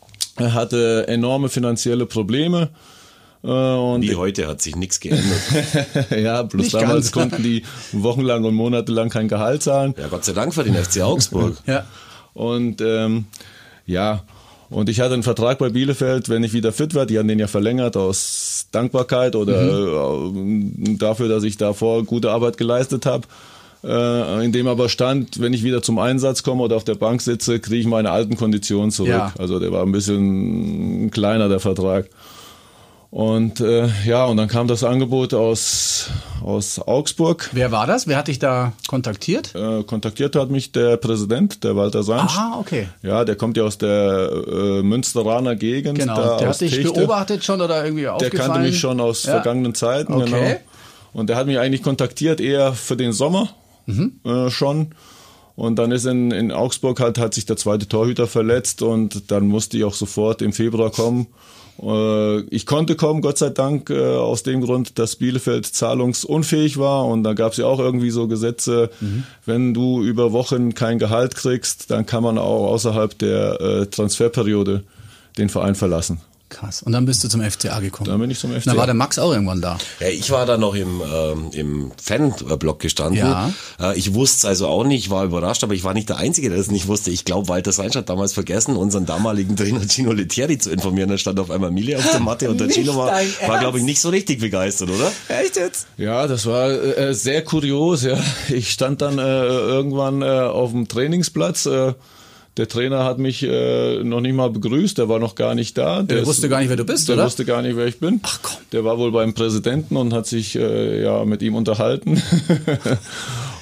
Er hatte enorme finanzielle Probleme. Äh, und Wie heute hat sich nichts geändert. ja, bloß Nicht damals ganz. konnten die wochenlang und monatelang kein Gehalt zahlen. Ja, Gott sei Dank für den F C Augsburg. Ja. Und ähm, ja, und ich hatte einen Vertrag bei Bielefeld, wenn ich wieder fit werde. Die haben den ja verlängert aus Dankbarkeit oder mhm. äh, dafür, dass ich davor gute Arbeit geleistet habe. Äh, in dem aber stand, wenn ich wieder zum Einsatz komme oder auf der Bank sitze, kriege ich meine alten Konditionen zurück. Ja. Also der war ein bisschen kleiner, der Vertrag. Und äh, ja, und dann kam das Angebot aus, aus Augsburg. Wer war das? Wer hat dich da kontaktiert? Äh, kontaktiert hat mich der Präsident, der Walter Sansch. Ah, okay. Ja, der kommt ja aus der äh, Münsteraner Gegend. Genau, da der aus hat dich Techte. beobachtet schon oder irgendwie aufgefallen? Der kannte mich schon aus ja. vergangenen Zeiten, okay. genau. Und der hat mich eigentlich kontaktiert eher für den Sommer mhm. äh, schon. Und dann ist in, in Augsburg halt, hat sich der zweite Torhüter verletzt und dann musste ich auch sofort im Februar kommen. Ich konnte kommen, Gott sei Dank, aus dem Grund, dass Bielefeld zahlungsunfähig war. Und da gab es ja auch irgendwie so Gesetze, mhm. wenn du über Wochen kein Gehalt kriegst, dann kann man auch außerhalb der Transferperiode den Verein verlassen. Krass. Und dann bist du zum F C A gekommen. Dann bin ich zum F C A. Da war der Max auch irgendwann da. Ja, ich war da noch im, ähm, im Fanblock gestanden. Ja. Äh, ich wusste es also auch nicht, war überrascht, aber ich war nicht der Einzige, der es nicht wusste. Ich glaube, Walter Sansch hat damals vergessen, unseren damaligen Trainer Gino Lettieri zu informieren. Da stand auf einmal Mille auf der Matte und der Gino war, war glaube ich, nicht so richtig begeistert, oder? Echt jetzt? Ja, das war äh, sehr kurios. Ja, ich stand dann äh, irgendwann äh, auf dem Trainingsplatz. Äh, Der Trainer hat mich äh, noch nicht mal begrüßt, der war noch gar nicht da. Der, der wusste ist, gar nicht, wer du bist, der oder? Der wusste gar nicht, wer ich bin. Ach komm. Der war wohl beim Präsidenten und hat sich äh, ja mit ihm unterhalten.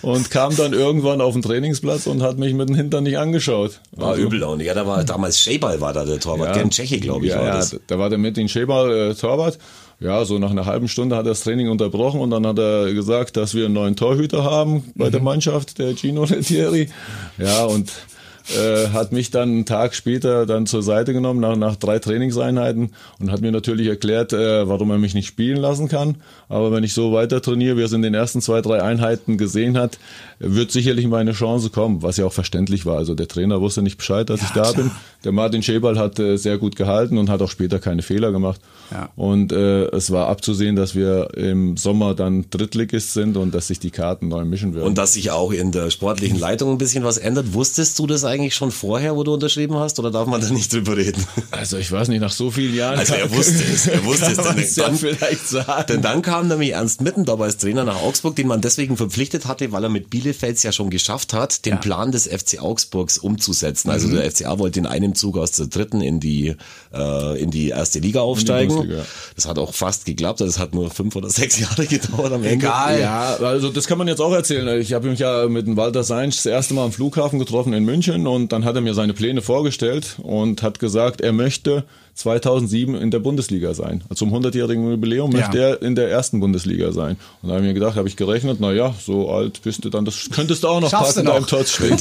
und kam dann irgendwann auf den Trainingsplatz und hat mich mit dem Hintern nicht angeschaut. War also, übel auch nicht. Ja, da war damals Scheibal war da der Torwart, ja, gern Tscheche, glaube ich, ja, war das. Ja, da war der Metin Scheibal äh, Torwart. Ja, so nach einer halben Stunde hat er das Training unterbrochen und dann hat er gesagt, dass wir einen neuen Torhüter haben bei mhm. der Mannschaft, der Gino Lettieri. Ja, und äh, hat mich dann einen Tag später dann zur Seite genommen, nach, nach drei Trainingseinheiten und hat mir natürlich erklärt, äh, warum er mich nicht spielen lassen kann. Aber wenn ich so weiter trainiere, wie er es in den ersten zwei, drei Einheiten gesehen hat, wird sicherlich meine Chance kommen, was ja auch verständlich war. Also der Trainer wusste nicht Bescheid, dass ja, ich da klar. bin. Der Martin Scheibal hat äh, sehr gut gehalten und hat auch später keine Fehler gemacht. Ja. Und äh, es war abzusehen, dass wir im Sommer dann Drittligist sind und dass sich die Karten neu mischen werden. Und dass sich auch in der sportlichen Leitung ein bisschen was ändert. Wusstest du das eigentlich schon vorher, wo du unterschrieben hast, oder darf man da nicht drüber reden? Also ich weiß nicht, nach so vielen Jahren. Also er wusste es, er wusste es. Denn ja dann, vielleicht sagen. denn dann kam nämlich Ernst Mittendorf als Trainer nach Augsburg, den man deswegen verpflichtet hatte, weil er mit Bielefeld ja schon geschafft hat, den ja. Plan des F C Augsburgs umzusetzen. Also mhm. der F C A wollte in einem Zug aus der dritten in die äh, in die erste Liga aufsteigen. Bundesliga, ja. Das hat auch fast geklappt. Das hat nur fünf oder sechs Jahre gedauert am Ende. Egal. Ja, also das kann man jetzt auch erzählen. Ich habe mich ja mit dem Walter Seinsch das erste Mal am Flughafen getroffen in München und dann hat er mir seine Pläne vorgestellt und hat gesagt, er möchte zweitausendsieben in der Bundesliga sein. Also zum hundertjährigen Jubiläum möchte ja. er in der ersten Bundesliga sein. Und da habe ich mir gedacht, habe ich gerechnet, na ja, so alt bist du dann, das könntest du auch noch Schaffst passen beim Touchspiel.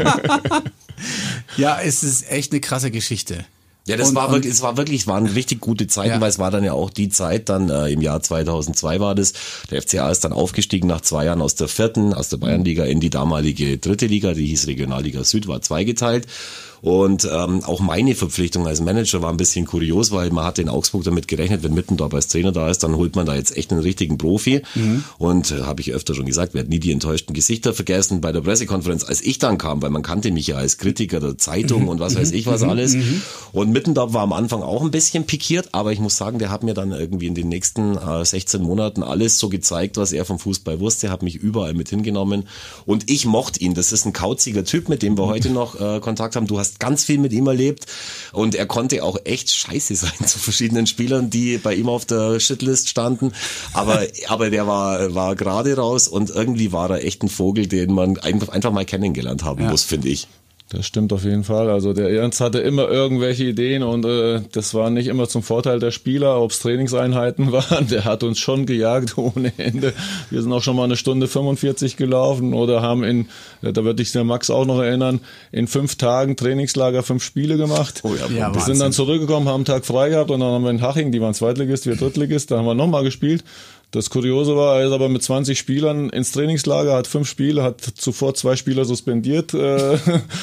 Ja, es ist echt eine krasse Geschichte. Ja, das und, war und, wirklich, es war wirklich, waren richtig gute Zeiten, ja. weil es war dann ja auch die Zeit, dann äh, im Jahr zweitausendzwei war das. Der F C A ist dann aufgestiegen nach zwei Jahren aus der vierten, aus der Bayernliga in die damalige dritte Liga, die hieß Regionalliga Süd, war zweigeteilt. Und ähm, auch meine Verpflichtung als Manager war ein bisschen kurios, weil man hatte in Augsburg damit gerechnet, wenn Mittendorf als Trainer da ist, dann holt man da jetzt echt einen richtigen Profi. Mhm. Und äh, habe ich öfter schon gesagt, werde nie die enttäuschten Gesichter vergessen bei der Pressekonferenz, als ich dann kam, weil man kannte mich ja als Kritiker der Zeitung mhm. und was weiß ich was mhm. alles. Mhm. Und Mittendorf war am Anfang auch ein bisschen pikiert, aber ich muss sagen, der hat mir dann irgendwie in den nächsten äh, sechzehn Monaten alles so gezeigt, was er vom Fußball wusste, hat mich überall mit hingenommen und ich mochte ihn. Das ist ein kauziger Typ, mit dem wir heute noch äh, Kontakt haben. Du hast ganz viel mit ihm erlebt und er konnte auch echt scheiße sein zu verschiedenen Spielern, die bei ihm auf der Shitlist standen, aber aber der war war gerade raus und irgendwie war er echt ein Vogel, den man einfach, einfach mal kennengelernt haben ja. muss, finde ich. Das stimmt auf jeden Fall. Also der Ernst hatte immer irgendwelche Ideen und äh, das war nicht immer zum Vorteil der Spieler, ob es Trainingseinheiten waren. Der hat uns schon gejagt ohne Ende. Wir sind auch schon mal eine Stunde fünfundvierzig gelaufen oder haben in, da wird sich der Max auch noch erinnern, in fünf Tagen Trainingslager fünf Spiele gemacht. Oh ja, ja, wir sind dann zurückgekommen, haben einen Tag frei gehabt und dann haben wir in Haching, die waren Zweitligist, wir Drittligist, da haben wir nochmal gespielt. Das Kuriose war, er ist aber mit zwanzig Spielern ins Trainingslager, hat fünf Spiele, hat zuvor zwei Spieler suspendiert äh,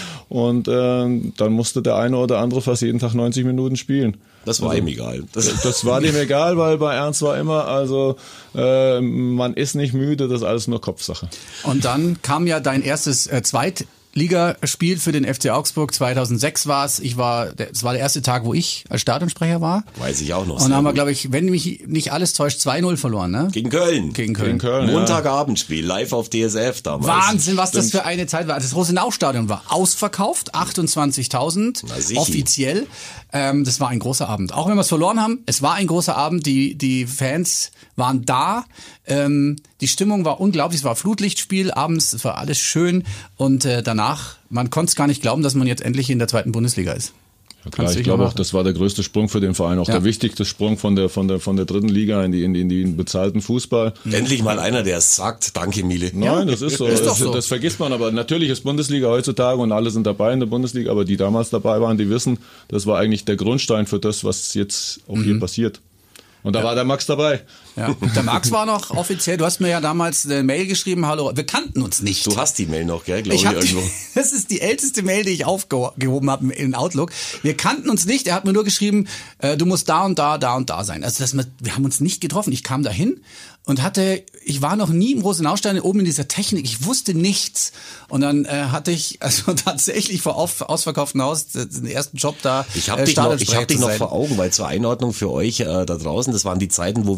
und äh, dann musste der eine oder andere fast jeden Tag neunzig Minuten spielen. Das war also, ihm egal. Das, das war ihm egal, weil bei Ernst war immer, also äh, man ist nicht müde, das ist alles nur Kopfsache. Und dann kam ja dein erstes äh, Zweit Ligaspiel für den F C Augsburg, zweitausendsechs war es. Ich war, es war der erste Tag, wo ich als Stadionsprecher war. Weiß ich auch noch. Und dann haben wir, glaube ich, wenn mich nicht alles täuscht, zwei null verloren, ne? Gegen Köln. Gegen Köln. Gegen Köln Montagabendspiel, live auf D S F damals. Wahnsinn, was das für eine Zeit war. Das Rosenau-Stadion war ausverkauft, achtundzwanzigtausend offiziell. Ähm, das war ein großer Abend. Auch wenn wir es verloren haben, es war ein großer Abend. Die, die Fans waren da. Ähm, die Stimmung war unglaublich. Es war Flutlichtspiel abends. Es war alles schön. Und äh, danach, man konnte es gar nicht glauben, dass man jetzt endlich in der zweiten Bundesliga ist. Ja, klar, ich glaube auch, das war der größte Sprung für den Verein, auch ja. der wichtigste Sprung von der von der von der dritten Liga in die in die, in die bezahlten Fußball. Endlich mal einer, der es sagt. Danke, Miele. Nein, das ist so. ist das, so. Das vergisst man, aber natürlich ist Bundesliga heutzutage und alle sind dabei in der Bundesliga, aber die damals dabei waren, die wissen, das war eigentlich der Grundstein für das, was jetzt auch mhm. hier passiert. Und da ja. war der Max dabei. Ja. Der Max war noch offiziell, du hast mir ja damals eine Mail geschrieben, hallo, wir kannten uns nicht. Du hast die Mail noch, gell, glaube ich, ich irgendwo. Die, das ist die älteste Mail, die ich aufgehoben habe in Outlook. Wir kannten uns nicht, er hat mir nur geschrieben, äh, du musst da und da, da und da sein. Also das, wir haben uns nicht getroffen, ich kam dahin und hatte, ich war noch nie im Rosenau-Stadion oben in dieser Technik, ich wusste nichts. Und dann äh, hatte ich also tatsächlich vor auf, ausverkauftem Haus den ersten Job da. Ich habe äh, dich noch, ich hab dich noch vor Augen, weil zur Einordnung für euch äh, da draußen, das waren die Zeiten, wo wir die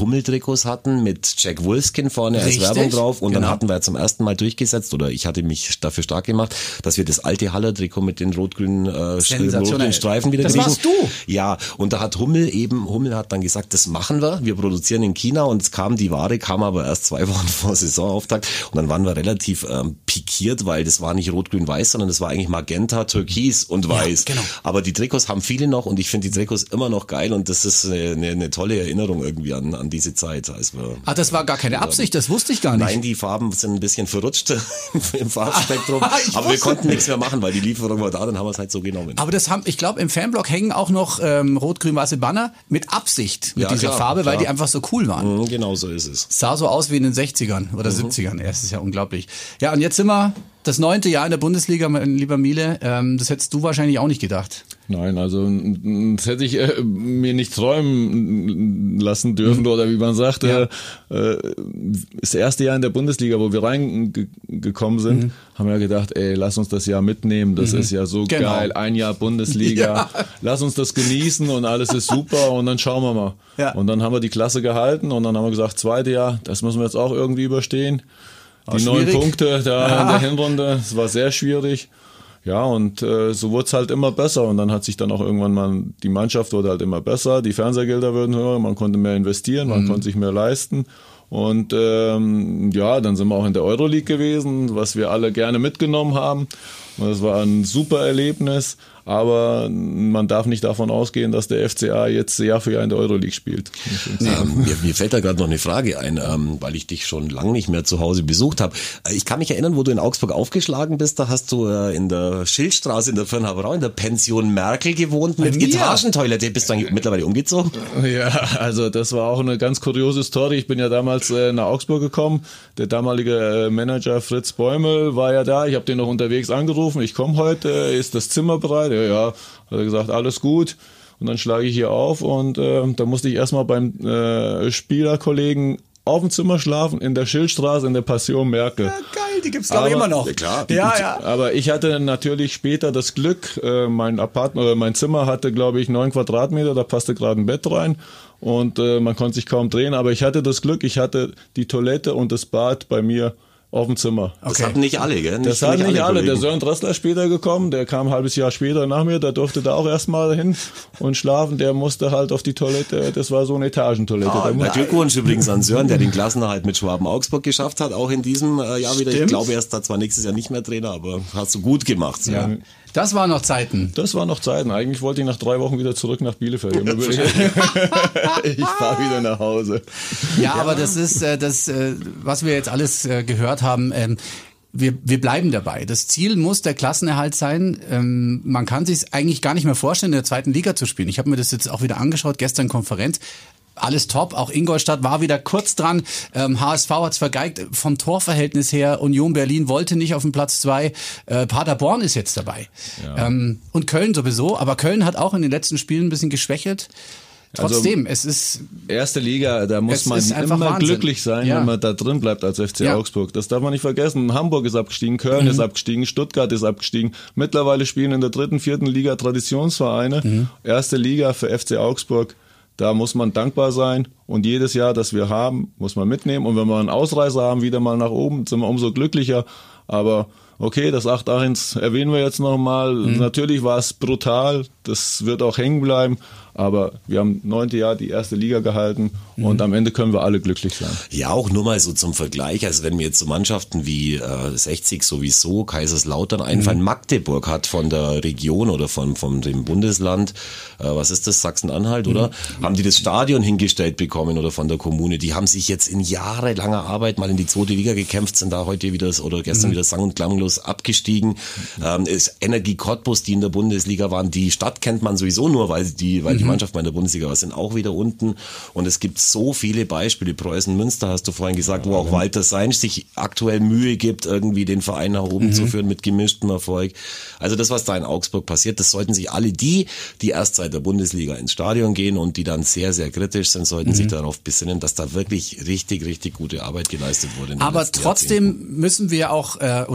Hummel-Trikots hatten mit Jack Wolfskin vorne Richtig, als Werbung drauf und genau. dann hatten wir zum ersten Mal durchgesetzt oder ich hatte mich dafür stark gemacht, dass wir das alte Haller-Trikot mit den rot-grünen äh, rot-grünen Streifen wieder das kriegen. warst du? Ja, und da hat Hummel eben, Hummel hat dann gesagt, das machen wir, wir produzieren in China und es kam, die Ware kam aber erst zwei Wochen vor Saisonauftakt und dann waren wir relativ ähm, pikiert, weil das war nicht rot-grün-weiß, sondern das war eigentlich Magenta, Türkis und Weiß. Ja, genau. Aber die Trikots haben viele noch und ich finde die Trikots immer noch geil und das ist eine, eine, eine tolle Erinnerung irgendwie an, an diese Zeit. Als wir, Ah, das war gar keine Absicht, das wusste ich gar nicht. Nein, die Farben sind ein bisschen verrutscht im Farbspektrum, Ich aber wir wusste konnten nichts mehr machen, weil die Lieferung war da, dann haben wir es halt so genommen. Aber das haben, ich glaube, im Fanblock hängen auch noch ähm, rot-grün-weiße Banner mit Absicht mit Ja, dieser klar, Farbe, weil klar. die einfach so cool waren. Mhm, genau so ist es. Sah so aus wie in den sechzigern oder siebzigern. Ja, das ist ja unglaublich. Ja, und jetzt sind wir das neunte Jahr in der Bundesliga, mein lieber Miele. Ähm, das hättest du wahrscheinlich auch nicht gedacht. Nein, also das hätte ich äh, mir nicht träumen lassen dürfen Mhm. oder wie man sagt. Ja. Äh, das erste Jahr in der Bundesliga, wo wir reingekommen sind, Mhm. haben wir gedacht, ey, lass uns das Jahr mitnehmen. Das Mhm. ist ja so Genau. geil. Ein Jahr Bundesliga. Ja. Lass uns das genießen und alles ist super und dann schauen wir mal. Ja. Und dann haben wir die Klasse gehalten und dann haben wir gesagt, zweite Jahr, das müssen wir jetzt auch irgendwie überstehen. Die Auch neun schwierig. Punkte da Ja. in der Hinrunde, es war sehr schwierig. Ja, und äh, so wurde es halt immer besser und dann hat sich dann auch irgendwann mal, die Mannschaft wurde halt immer besser, die Fernsehgelder würden höher, man konnte mehr investieren, man Mhm. konnte sich mehr leisten und ähm, ja, dann sind wir auch in der Euroleague gewesen, was wir alle gerne mitgenommen haben und das war ein super Erlebnis, aber man darf nicht davon ausgehen, dass der F C A jetzt Jahr für Jahr in der Euroleague spielt. Ähm, mir, mir fällt da gerade noch eine Frage ein, ähm, weil ich dich schon lange nicht mehr zu Hause besucht habe. Äh, ich kann mich erinnern, wo du in Augsburg aufgeschlagen bist, da hast du äh, in der Schildstraße in der Firnhaberau in der Pension Merkel gewohnt mit mir? Etagentoilette. Bist du eigentlich mittlerweile umgezogen? Ja, also das war auch eine ganz kuriose Story. Ich bin ja damals äh, nach Augsburg gekommen. Der damalige äh, Manager Fritz Bäumel war ja da. Ich habe den noch unterwegs angerufen. Ich komme heute, äh, ist das Zimmer bereit? Ja, ja. Hat er gesagt, alles gut. Und dann schlage ich hier auf und äh, da musste ich erstmal beim äh, Spielerkollegen auf dem Zimmer schlafen, in der Schildstraße, in der Passion Merkel. Ja, geil, die gibt's glaube ich Aber- immer noch. Ja, klar. Ja, ja. Aber ich hatte natürlich später das Glück, äh, mein Apartment oder mein Zimmer hatte, glaube ich, neun Quadratmeter, da passte gerade ein Bett rein und äh, man konnte sich kaum drehen. Aber ich hatte das Glück, ich hatte die Toilette und das Bad bei mir auf dem Zimmer. Das Okay. hatten nicht alle, gell? Das hatten nicht alle. Der Kollegen. Sören Dressler ist später gekommen, der kam ein halbes Jahr später nach mir, der durfte da auch erstmal hin und schlafen. Der musste halt auf die Toilette, das war so eine Etagentoilette. Ah, Der Na, musste- Glückwunsch übrigens an Sören, der den Klassenerhalt mit Schwaben Augsburg geschafft hat, auch in diesem äh, Jahr wieder. Ich Stimmt. glaube, er ist da zwar nächstes Jahr nicht mehr Trainer, aber hast du gut gemacht. Ja. Das waren noch Zeiten. Das waren noch Zeiten. Eigentlich wollte ich nach drei Wochen wieder zurück nach Bielefeld. Ich, ich fahre wieder nach Hause. Ja, aber das ist äh, das, äh, was wir jetzt alles äh, gehört haben. Ähm, wir, wir bleiben dabei. Das Ziel muss der Klassenerhalt sein. Ähm, man kann sich eigentlich gar nicht mehr vorstellen, in der zweiten Liga zu spielen. Ich habe mir das jetzt auch wieder angeschaut, gestern Konferenz. Alles top, auch Ingolstadt war wieder kurz dran. Ähm, H S V hat's vergeigt vom Torverhältnis her. Union Berlin wollte nicht auf den Platz zwei. Äh, Paderborn ist jetzt dabei. Ähm, und Köln sowieso. Aber Köln hat auch in den letzten Spielen ein bisschen geschwächelt. Trotzdem, es ist... Erste Liga, da muss Es man ist einfach immer Wahnsinn. glücklich sein, Ja. wenn man da drin bleibt als F C Ja. Augsburg. Das darf man nicht vergessen. Hamburg ist abgestiegen, Köln Mhm. ist abgestiegen, Stuttgart ist abgestiegen. Mittlerweile spielen in der dritten, vierten Liga Traditionsvereine. Mhm. Erste Liga für F C Augsburg. Da muss man dankbar sein und jedes Jahr, das wir haben, muss man mitnehmen. Und wenn wir einen Ausreißer haben, wieder mal nach oben, sind wir umso glücklicher. Aber okay, das acht eins erwähnen wir jetzt nochmal. Mhm. Natürlich war es brutal, das wird auch hängen bleiben. Aber wir haben neunte Jahr die erste Liga gehalten und am Ende können wir alle glücklich sein. Ja, auch nur mal so zum Vergleich, also wenn mir jetzt so Mannschaften wie äh, sechzig sowieso, Kaiserslautern einfallen, Mhm. Magdeburg hat von der Region oder von, von dem Bundesland, äh, was ist das, Sachsen-Anhalt, oder? Mhm. Haben die das Stadion hingestellt bekommen oder von der Kommune? Die haben sich jetzt in jahrelanger Arbeit mal in die zweite Liga gekämpft, sind da heute wieder oder gestern Mhm. wieder sang- und klanglos abgestiegen. Ähm, ist Energie Cottbus, die in der Bundesliga waren, die Stadt kennt man sowieso nur, weil die, weil die Mannschaft mal in der Bundesliga war, sind auch wieder unten. Und es gibt so viele Beispiele. Preußen Münster hast du vorhin gesagt, wo auch Walter Seinsch sich aktuell Mühe gibt, irgendwie den Verein nach oben zu führen mit gemischtem Erfolg. Also das, was da in Augsburg passiert, das sollten sich alle die, die erst seit der Bundesliga ins Stadion gehen und die dann sehr, sehr kritisch sind, sollten sich darauf besinnen, dass da wirklich richtig, richtig gute Arbeit geleistet wurde. in den Aber letzten trotzdem müssen wir auch äh, oder können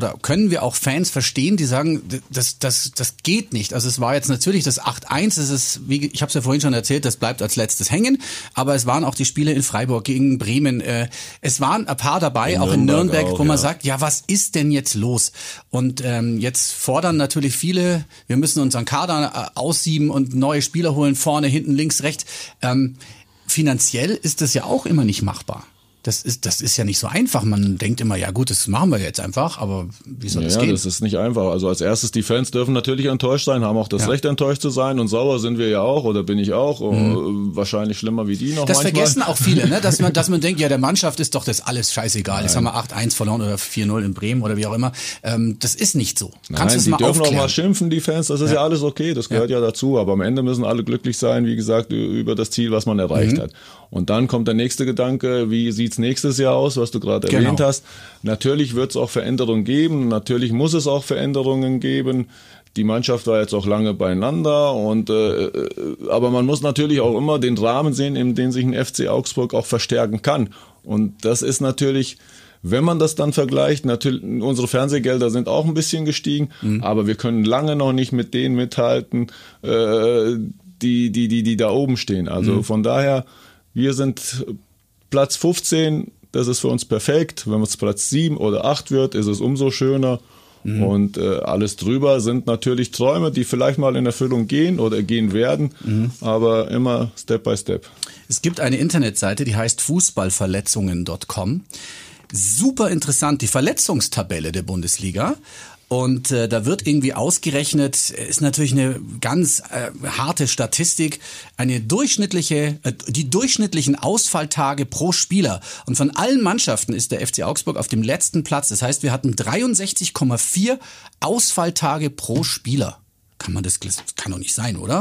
können wir auch Fans verstehen, die sagen, das, das, das geht nicht. Also es war jetzt natürlich das acht eins, es ist, wie ich habe es ja vorhin schon erzählt, das bleibt als letztes hängen, aber es waren auch die Spiele in Freiburg gegen Bremen. Äh, es waren ein paar dabei, in auch in Nürnberg, Nürnberg auch, wo man ja. sagt, ja, was ist denn jetzt los? Und ähm, jetzt fordern natürlich viele, wir müssen unseren Kader äh, aussieben und neue Spieler holen, vorne, hinten, links, rechts. Ähm, finanziell ist das ja auch immer nicht machbar. Das ist, das ist ja nicht so einfach. Man denkt immer, ja gut, das machen wir jetzt einfach, aber wie soll ja, das gehen? Ja, das ist nicht einfach. Also als erstes, die Fans dürfen natürlich enttäuscht sein, haben auch das ja. Recht, enttäuscht zu sein, und sauer sind wir ja auch, oder bin ich auch, mhm. wahrscheinlich schlimmer wie die noch Das manchmal. Vergessen auch viele, ne? dass man dass man denkt, ja, der Mannschaft ist doch das alles scheißegal. Nein. Jetzt haben wir acht eins verloren oder vier null in Bremen oder wie auch immer. Ähm, das ist nicht so. Nein, Kannst du es die mal dürfen aufklären? auch mal schimpfen, die Fans, das ist ja, ja alles okay, das gehört ja. ja dazu, aber am Ende müssen alle glücklich sein, wie gesagt, über das Ziel, was man erreicht mhm. hat. Und dann kommt der nächste Gedanke, wie sieht's nächstes Jahr aus, was du gerade genau. erwähnt hast. Natürlich wird es auch Veränderungen geben, natürlich muss es auch Veränderungen geben. Die Mannschaft war jetzt auch lange beieinander, und äh, aber man muss natürlich auch immer den Rahmen sehen, in dem sich ein F C Augsburg auch verstärken kann. Und das ist natürlich, wenn man das dann vergleicht, natürlich, unsere Fernsehgelder sind auch ein bisschen gestiegen, mhm. aber wir können lange noch nicht mit denen mithalten, äh, die, die, die, die da oben stehen. Also mhm. von daher, wir sind Platz fünfzehn, das ist für uns perfekt. Wenn es Platz sieben oder acht wird, ist es umso schöner. Mhm. Und äh, alles drüber sind natürlich Träume, die vielleicht mal in Erfüllung gehen oder gehen werden, mhm. aber immer Step by Step. Es gibt eine Internetseite, die heißt fußballverletzungen punkt com. Super interessant, die Verletzungstabelle der Bundesliga. Und äh, da wird irgendwie ausgerechnet, ist natürlich eine ganz äh, harte Statistik, eine durchschnittliche, äh, die durchschnittlichen Ausfalltage pro Spieler. Und von allen Mannschaften ist der F C Augsburg auf dem letzten Platz. Das heißt, wir hatten dreiundsechzig Komma vier Ausfalltage pro Spieler. Kann man das, das kann doch nicht sein, oder?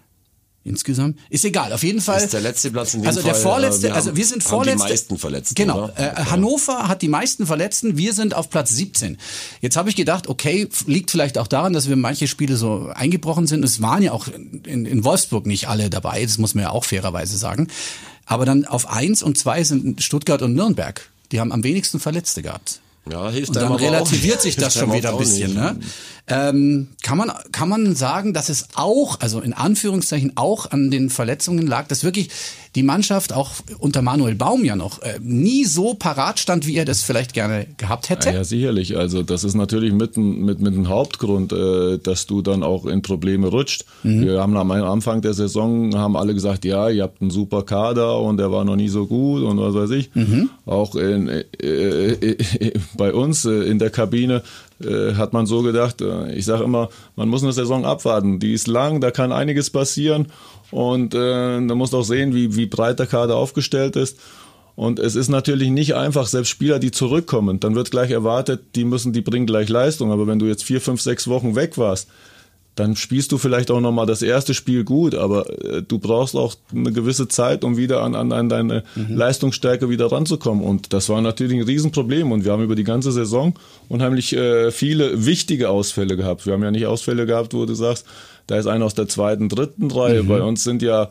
Insgesamt? Ist egal, auf jeden Fall. Das ist der letzte Platz in dem also Fall. Der vorletzte, wir also wir sind vorletzte. Die meisten Verletzten. Genau. Oder? Äh, Hannover hat die meisten Verletzten, wir sind auf Platz siebzehn. Jetzt habe ich gedacht, okay, liegt vielleicht auch daran, dass wir manche Spiele so eingebrochen sind. Es waren ja auch in, in Wolfsburg nicht alle dabei, das muss man ja auch fairerweise sagen. Aber dann auf eins und zwei sind Stuttgart und Nürnberg. Die haben am wenigsten Verletzte gehabt. Ja, hilft und dann relativiert auch. sich das schon wieder ein bisschen. Ne? Ähm, kann man kann man sagen, dass es auch, also in Anführungszeichen auch an den Verletzungen lag, dass wirklich die Mannschaft auch unter Manuel Baum ja noch äh, nie so parat stand, wie er das vielleicht gerne gehabt hätte? Ja, ja, sicherlich. Also das ist natürlich mit mit mit dem Hauptgrund, äh, dass du dann auch in Probleme rutscht. Mhm. Wir haben am Anfang der Saison haben alle gesagt, ja, ihr habt einen super Kader und der war noch nie so gut und was weiß ich. Mhm. Auch in, äh, äh, äh, bei uns äh, in der Kabine äh, hat man so gedacht, äh, ich sage immer, man muss eine Saison abwarten. Die ist lang, da kann einiges passieren. Und äh, da musst du auch sehen, wie, wie breit der Kader aufgestellt ist. Und es ist natürlich nicht einfach, selbst Spieler, die zurückkommen, dann wird gleich erwartet, die müssen, die bringen gleich Leistung. Aber wenn du jetzt vier, fünf, sechs Wochen weg warst, dann spielst du vielleicht auch nochmal das erste Spiel gut, aber äh, du brauchst auch eine gewisse Zeit, um wieder an, an, an deine mhm. Leistungsstärke wieder ranzukommen. Und das war natürlich ein Riesenproblem. Und wir haben über die ganze Saison unheimlich äh, viele wichtige Ausfälle gehabt. Wir haben ja nicht Ausfälle gehabt, wo du sagst, da ist einer aus der zweiten, dritten Reihe. Mhm. Bei uns sind ja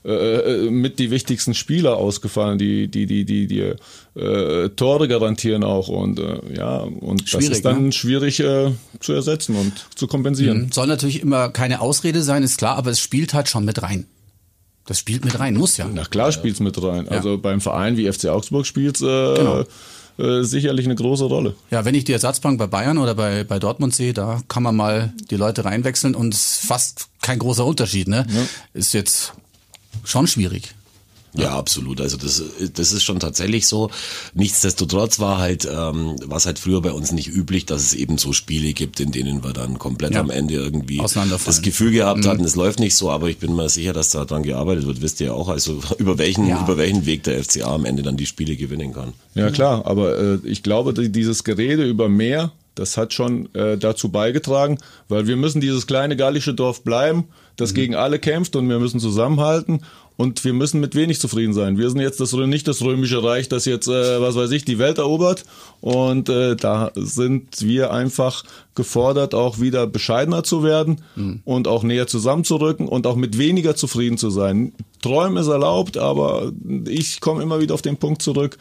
äh, mit die wichtigsten Spieler ausgefallen, die die die die die äh, Tore garantieren auch, und äh, ja, und schwierig, das ist dann ne? schwierig äh, zu ersetzen und zu kompensieren. Mhm. Soll natürlich immer keine Ausrede sein, ist klar, aber es spielt halt schon mit rein. Das spielt mit rein, muss ja. Na klar, spielt's mit rein. Also ja. beim Verein wie F C Augsburg spielt's äh, genau. äh, sicherlich eine große Rolle. Ja, wenn ich die Ersatzbank bei Bayern oder bei bei Dortmund sehe, da kann man mal die Leute reinwechseln und es ist fast kein großer Unterschied, ne? Ja. Ist jetzt schon schwierig. Ja, absolut. Also das, das ist schon tatsächlich so. Nichtsdestotrotz war halt, ähm, war es halt früher bei uns nicht üblich, dass es eben so Spiele gibt, in denen wir dann komplett ja. am Ende irgendwie das Gefühl gehabt mhm. hatten, es läuft nicht so, aber ich bin mir sicher, dass da dran gearbeitet wird. Wisst ihr ja auch, also über welchen, ja. über welchen Weg der F C A am Ende dann die Spiele gewinnen kann. Ja klar, aber äh, ich glaube, dieses Gerede über mehr, das hat schon äh, dazu beigetragen, weil wir müssen dieses kleine gallische Dorf bleiben, das mhm. gegen alle kämpft, und wir müssen zusammenhalten. Und wir müssen mit wenig zufrieden sein. Wir sind jetzt das nicht das Römische Reich, das jetzt, äh, was weiß ich, die Welt erobert. Und äh, da sind wir einfach gefordert, auch wieder bescheidener zu werden mhm. und auch näher zusammenzurücken und auch mit weniger zufrieden zu sein. Träumen ist erlaubt, aber ich komme immer wieder auf den Punkt zurück,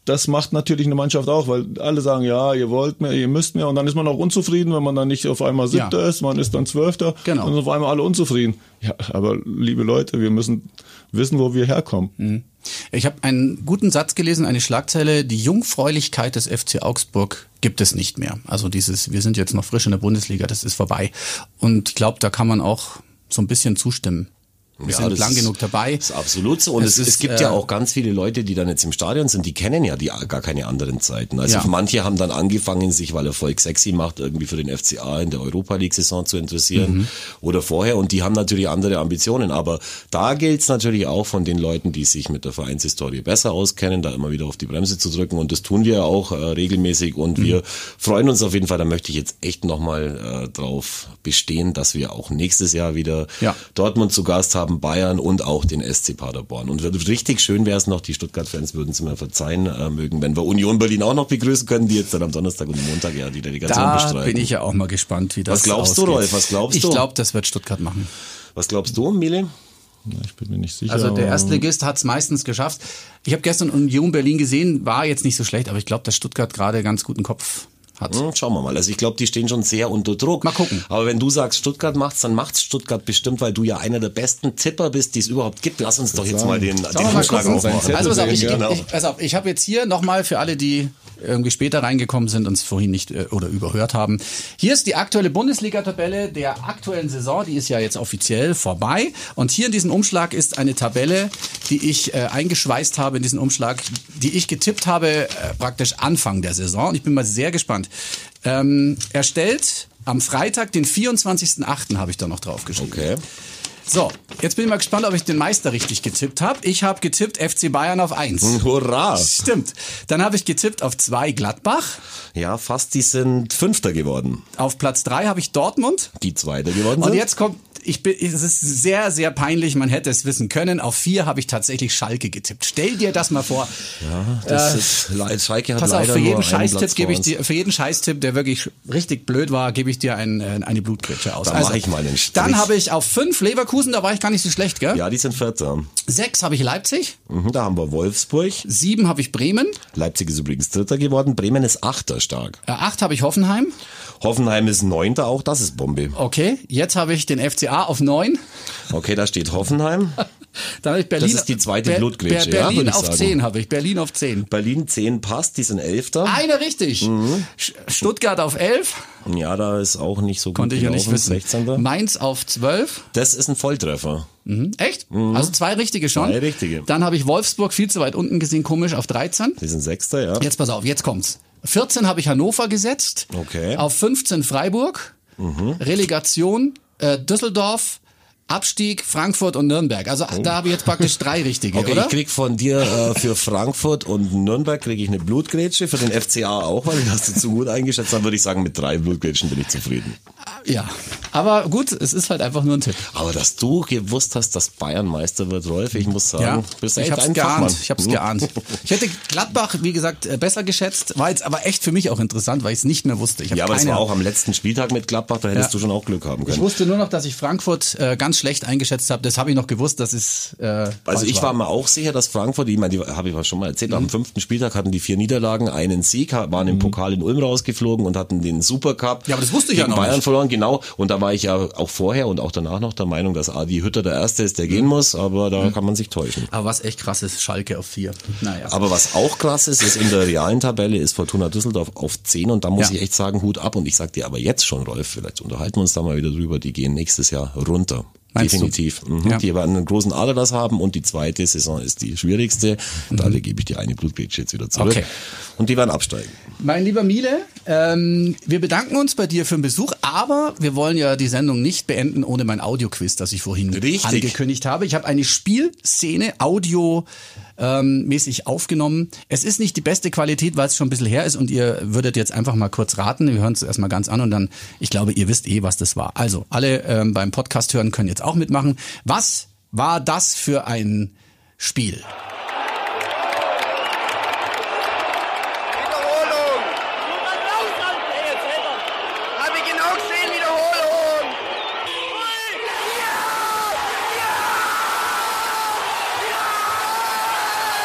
das macht natürlich eine Mannschaft auch, weil alle sagen, ja, ihr wollt mehr, ihr müsst mehr und dann ist man auch unzufrieden, wenn man dann nicht auf einmal Siebter ja. ist, man ist dann Zwölfter genau. und auf einmal alle unzufrieden. Ja, aber liebe Leute, wir müssen wissen, wo wir herkommen. Mhm. Ich habe einen guten Satz gelesen, eine Schlagzeile, die Jungfräulichkeit des F C Augsburg gibt es nicht mehr. Also dieses, wir sind jetzt noch frisch in der Bundesliga, das ist vorbei. Und ich glaube, da kann man auch so ein bisschen zustimmen. Wir ja, sind lang ist, genug dabei. Das ist absolut so. Und es, es, ist, es gibt äh, ja auch ganz viele Leute, die dann jetzt im Stadion sind, die kennen ja die gar keine anderen Zeiten. Also ja. manche haben dann angefangen, sich, weil Erfolg sexy macht, irgendwie für den F C A in der Europa League-Saison zu interessieren mhm. oder vorher. Und die haben natürlich andere Ambitionen. Aber da gilt es natürlich auch von den Leuten, die sich mit der Vereinshistorie besser auskennen, da immer wieder auf die Bremse zu drücken. Und das tun wir auch äh, regelmäßig. Und mhm. wir freuen uns auf jeden Fall, da möchte ich jetzt echt nochmal äh, drauf bestehen, dass wir auch nächstes Jahr wieder ja. Dortmund zu Gast haben, Bayern und auch den S C Paderborn. Und richtig schön wäre es noch, die Stuttgart-Fans würden es mir verzeihen äh, mögen, wenn wir Union Berlin auch noch begrüßen können, die jetzt dann am Donnerstag und Montag ja die Delegation da bestreiten. Da bin ich ja auch mal gespannt, wie das Was glaubst ausgeht. du, Rolf? Was glaubst du? Ich glaube, das wird Stuttgart machen. Was glaubst du, Miele? Ich bin mir nicht sicher. Also der Erstligist hat es meistens geschafft. Ich habe gestern Union Berlin gesehen, war jetzt nicht so schlecht, aber ich glaube, dass Stuttgart gerade ganz guten Kopf hat. Hm, schauen wir mal. Also ich glaube, die stehen schon sehr unter Druck. Mal gucken. Aber wenn du sagst, Stuttgart macht's, dann macht's Stuttgart bestimmt, weil du ja einer der besten Tipper bist, die es überhaupt gibt. Lass uns doch jetzt mal den, den Umschlag aufmachen. Also pass auf, ich, genau. ich, pass auf, ich habe jetzt hier nochmal für alle, die irgendwie später reingekommen sind und es vorhin nicht äh, oder überhört haben. Hier ist die aktuelle Bundesliga-Tabelle der aktuellen Saison. Die ist ja jetzt offiziell vorbei. Und hier in diesem Umschlag ist eine Tabelle, die ich äh, eingeschweißt habe in diesen Umschlag, die ich getippt habe äh, praktisch Anfang der Saison. Und ich bin mal sehr gespannt. Ähm, erstellt am Freitag, den vierundzwanzigsten achten habe ich da noch draufgeschrieben. Okay. So, jetzt bin ich mal gespannt, ob ich den Meister richtig getippt habe. Ich habe getippt F C Bayern auf eins. Hurra! Stimmt. Dann habe ich getippt auf zwei Gladbach. Ja, fast, die sind Fünfter geworden. Auf Platz drei habe ich Dortmund. Die Zweiter geworden sind. Und jetzt kommt, ich bin, es ist sehr, sehr peinlich, man hätte es wissen können. Auf vier habe ich tatsächlich Schalke getippt. Stell dir das mal vor. Ja, das äh, ist, Schalke hat pass leider auf, für jeden nur Scheißtipp gebe ich dir, für jeden Scheißtipp, der wirklich richtig blöd war, gebe ich dir ein, eine Blutgrätsche aus. Da also, mache ich mal einen Strich. Dann habe ich auf fünf Leverkusen, da war ich gar nicht so schlecht, gell? Ja, die sind Vierter. Sechs habe ich Leipzig. Mhm, da haben wir Wolfsburg. Sieben habe ich Bremen. Leipzig ist übrigens Dritter geworden. Bremen ist Achter stark. Äh, acht habe ich Hoffenheim. Hoffenheim ist Neunter, auch das ist Bombe. Okay, jetzt habe ich den F C A auf neun. Okay, da steht Hoffenheim. Dann habe ich Berlin. Das ist die zweite Be Blutgrätsche. Be Berlin ja, auf sagen. zehn habe ich. Berlin auf zehn. Berlin zehn passt, die sind Elfter. Eine richtig. Mhm. Stuttgart auf elf. Ja, da ist auch nicht so gut Konnte ich ja nicht wissen. sechzehnter. Mainz auf zwölf. Das ist ein Volltreffer. Mhm. Echt? Mhm. Also zwei richtige schon. Zwei richtige. Dann habe ich Wolfsburg viel zu weit unten gesehen, komisch, auf dreizehn. Die sind Sechster, ja. Jetzt pass auf, jetzt kommt's. vierzehn habe ich Hannover gesetzt. Okay. Auf fünfzehn Freiburg. Mhm. Relegation, äh, Düsseldorf. Abstieg, Frankfurt und Nürnberg. Also oh. da habe ich jetzt praktisch drei richtige, okay, oder? Ich krieg von dir äh, für Frankfurt und Nürnberg kriege ich eine Blutgrätsche, für den F C A auch, weil du hast du zu gut eingeschätzt. Dann würde ich sagen, mit drei Blutgrätschen bin ich zufrieden. Ja, aber gut, es ist halt einfach nur ein Tipp. Aber dass du gewusst hast, dass Bayern Meister wird, Rolf, ich muss sagen, ja, bist ich echt hab's ein geahnt. Fachmann. Ich hab's geahnt. Ich hätte Gladbach, wie gesagt, besser geschätzt, war jetzt aber echt für mich auch interessant, weil ich es nicht mehr wusste. Ich ja, aber keine es war auch am letzten Spieltag mit Gladbach, da hättest ja. du schon auch Glück haben können. Ich wusste nur noch, dass ich Frankfurt äh, ganz schlecht eingeschätzt habe. Das habe ich noch gewusst, das ist äh, Also ich war mir auch sicher, dass Frankfurt, ich meine, die habe ich schon mal erzählt, mhm. am fünften Spieltag hatten die vier Niederlagen, einen Sieg, waren im Pokal in Ulm rausgeflogen und hatten den Supercup. Ja, aber das wusste ich ja noch Bayern nicht. verloren, genau. Und da war ich ja auch vorher und auch danach noch der Meinung, dass Adi Hütter der Erste ist, der gehen muss, aber da mhm. kann man sich täuschen. Aber was echt krass ist, Schalke auf vier. Naja. Aber was auch krass ist, ist in der realen Tabelle ist Fortuna Düsseldorf auf zehn und da muss ja. ich echt sagen, Hut ab. Und ich sag dir aber jetzt schon, Rolf, vielleicht unterhalten wir uns da mal wieder drüber, die gehen nächstes Jahr runter. Meinst Definitiv. Mhm. Ja. Die werden einen großen Aderlass haben und die zweite Saison ist die schwierigste. Und mhm. alle gebe ich die eine Blutgrätsche jetzt wieder zurück. Okay. Und die werden absteigen. Mein lieber Miele, ähm, wir bedanken uns bei dir für den Besuch, aber wir wollen ja die Sendung nicht beenden ohne mein Audioquiz, das ich vorhin Richtig. angekündigt habe. Ich habe eine Spielszene Audio ähm, mäßig aufgenommen. Es ist nicht die beste Qualität, weil es schon ein bisschen her ist und ihr würdet jetzt einfach mal kurz raten. Wir hören es erstmal ganz an und dann, ich glaube, ihr wisst eh, was das war. Also, alle ähm, beim Podcast hören können jetzt auch mitmachen. Was war das für ein Spiel?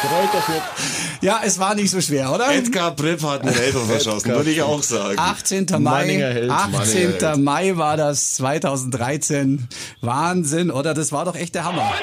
Ja, es war nicht so schwer, oder? Edgar Pripp hat einen Elfer verschossen, würde ich auch sagen. achtzehnter Mai, achtzehnter Mai war das zweitausenddreizehn. Wahnsinn, oder? Das war doch echt der Hammer.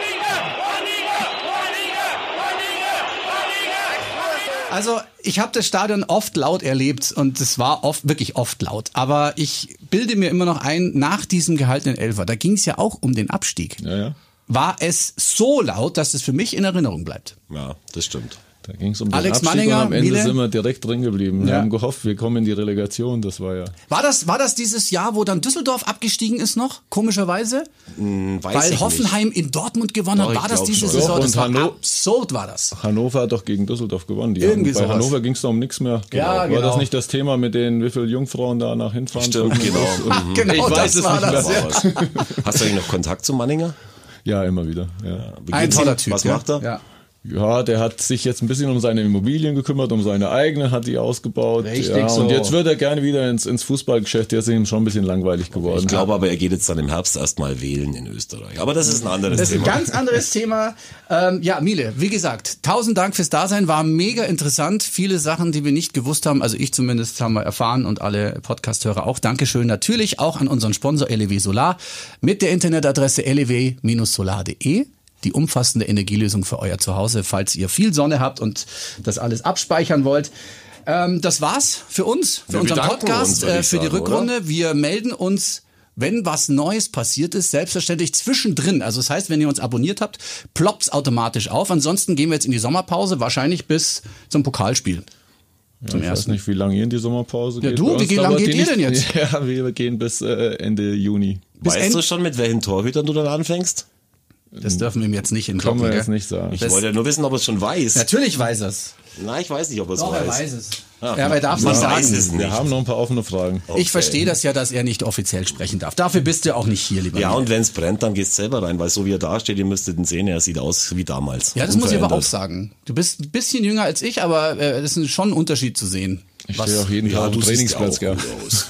Also ich habe das Stadion oft laut erlebt und es war oft wirklich oft laut. Aber ich bilde mir immer noch ein, nach diesem gehaltenen Elfer, da ging es ja auch um den Abstieg. Ja, ja. War es so laut, dass es für mich in Erinnerung bleibt. Ja, das stimmt. Da ging es um den Alex Abstieg Manninger, und am Ende Miele? sind wir direkt drin geblieben. Wir Ja. haben gehofft, wir kommen in die Relegation, das war ja... War das, war das dieses Jahr, wo dann Düsseldorf abgestiegen ist noch, komischerweise? Hm, weiß Weil ich Hoffenheim in Dortmund gewonnen Doch, hat. ich War das glaub diese schon. Saison? Doch, Das und war Hanno- absurd, war das. Hannover hat doch gegen Düsseldorf gewonnen. Die Irgendwie haben, bei sowas. Hannover ging es noch um nichts mehr. Ja, War genau. das nicht das Thema mit den, wie viele Jungfrauen da nach hinfahren? Stimmt, drüben? genau. Ach, genau, Ich weiß das es war nicht das. mehr. Ja. Was. Hast du eigentlich noch Kontakt zu Manninger? Ja, immer wieder. Ja. Wie Ein geht's ihm? toller Typ. Was ja. macht er? Ja. Ja, der hat sich jetzt ein bisschen um seine Immobilien gekümmert, um seine eigene, hat die ausgebaut. Richtig ja, so. Und jetzt wird er gerne wieder ins, ins Fußballgeschäft. Jetzt ist ihm schon ein bisschen langweilig geworden. Ich glaube aber, er geht jetzt dann im Herbst erstmal wählen in Österreich. Aber das ist ein anderes Das ist ein Thema. ganz anderes Thema. Ähm, ja, Miele, wie gesagt, tausend Dank fürs Dasein, war mega interessant. Viele Sachen, die wir nicht gewusst haben, also ich zumindest, haben wir erfahren und alle Podcast-Hörer auch. Dankeschön natürlich auch an unseren Sponsor L E W Solar mit der Internetadresse l e w Bindestrich solar punkt de. Die umfassende Energielösung für euer Zuhause, falls ihr viel Sonne habt und das alles abspeichern wollt. Ähm, das war's für uns, für Wir unseren bedanken Podcast, uns, würde äh, ich für die sagen, Rückrunde. oder? Wir melden uns, wenn was Neues passiert ist, selbstverständlich zwischendrin. Also das heißt, wenn ihr uns abonniert habt, ploppt's automatisch auf. Ansonsten gehen wir jetzt in die Sommerpause, wahrscheinlich bis zum Pokalspiel. Ja, zum ich ersten. weiß nicht, wie lange ihr in die Sommerpause Ja, geht. du, Bei wie uns lange dauert geht die ihr denn jetzt? Ja, wir gehen bis äh, Ende Juni. Bis Weißt End- du schon, mit welchen Torhütern du dann anfängst? Das dürfen wir ihm jetzt nicht in Kann Glocken, man gell? jetzt nicht sagen. Ich Das- wollte ja nur wissen, ob er es schon weiß. Natürlich weiß er's. Na, ich weiß nicht, ob er es Doch, weiß. er weiß es. Ah, ja, aber er darf es man nicht weiß sagen. es nicht. Wir haben noch ein paar offene Fragen. Ich verstehe das ja, dass er nicht offiziell sprechen darf. Dafür bist du auch nicht hier, lieber Ja, Miele. und wenn es brennt, dann gehst selber rein, weil so wie er da steht, ihr müsstet ihn sehen, er sieht aus wie damals. Ja, das muss ich aber auch Unverändert. sagen. Du bist ein bisschen jünger als ich, aber äh, das ist schon ein Unterschied zu sehen. Ich Was- stehe auch jeden Ja, Tag auf du dem siehst ja Trainingsplatz, auch gell? gut aus.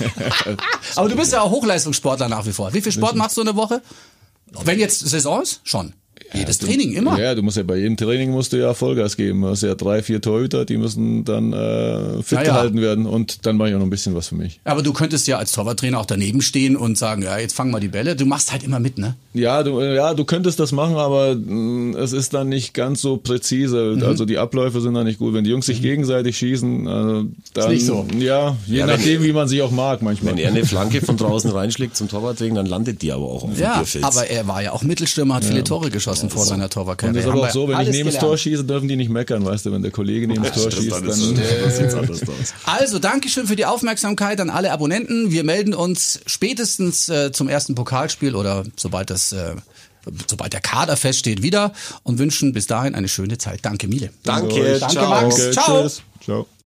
Aber du bist ja auch Hochleistungssportler nach wie vor. Wie viel Sport machst du in der Woche? Wenn jetzt Saison ist? Schon. Jedes Training, immer. Ja, du musst ja bei jedem Training musst du ja Vollgas geben. Du hast ja drei, vier Torhüter, die müssen dann äh, fit Ja, ja. gehalten werden und dann mache ich auch noch ein bisschen was für mich. Aber du könntest ja als Torwarttrainer auch daneben stehen und sagen, ja, jetzt fangen wir die Bälle. Du machst halt immer mit, ne? Ja, du, ja, du könntest das machen, aber mh, es ist dann nicht ganz so präzise. Mhm. Also die Abläufe sind dann nicht gut. Wenn die Jungs sich gegenseitig schießen, äh, dann nicht so. ja, je Ja, wenn- nachdem, wie man sich auch mag manchmal. Wenn er eine Flanke von draußen reinschlägt zum Torwartwegen, dann landet die aber auch auf dem Ja, Bierfilz. aber er war ja auch Mittelstürmer, hat viele Tore geschossen vor seiner Und Torwartkarriere. das ist aber Haben auch wir so, wenn ich alles neben das gelernt. Tor schieße, dürfen die nicht meckern, weißt du, wenn der Kollege neben das Tor Stimmt, schießt, dann dann ist, dann sieht's anders aus. Also, Dankeschön für die Aufmerksamkeit an alle Abonnenten. Wir melden uns spätestens äh, zum ersten Pokalspiel oder sobald das, äh, sobald der Kader feststeht, wieder und wünschen bis dahin eine schöne Zeit. Danke, Miele. Danke, Danke, ciao. Max. Danke, Ciao. tschüss. Ciao.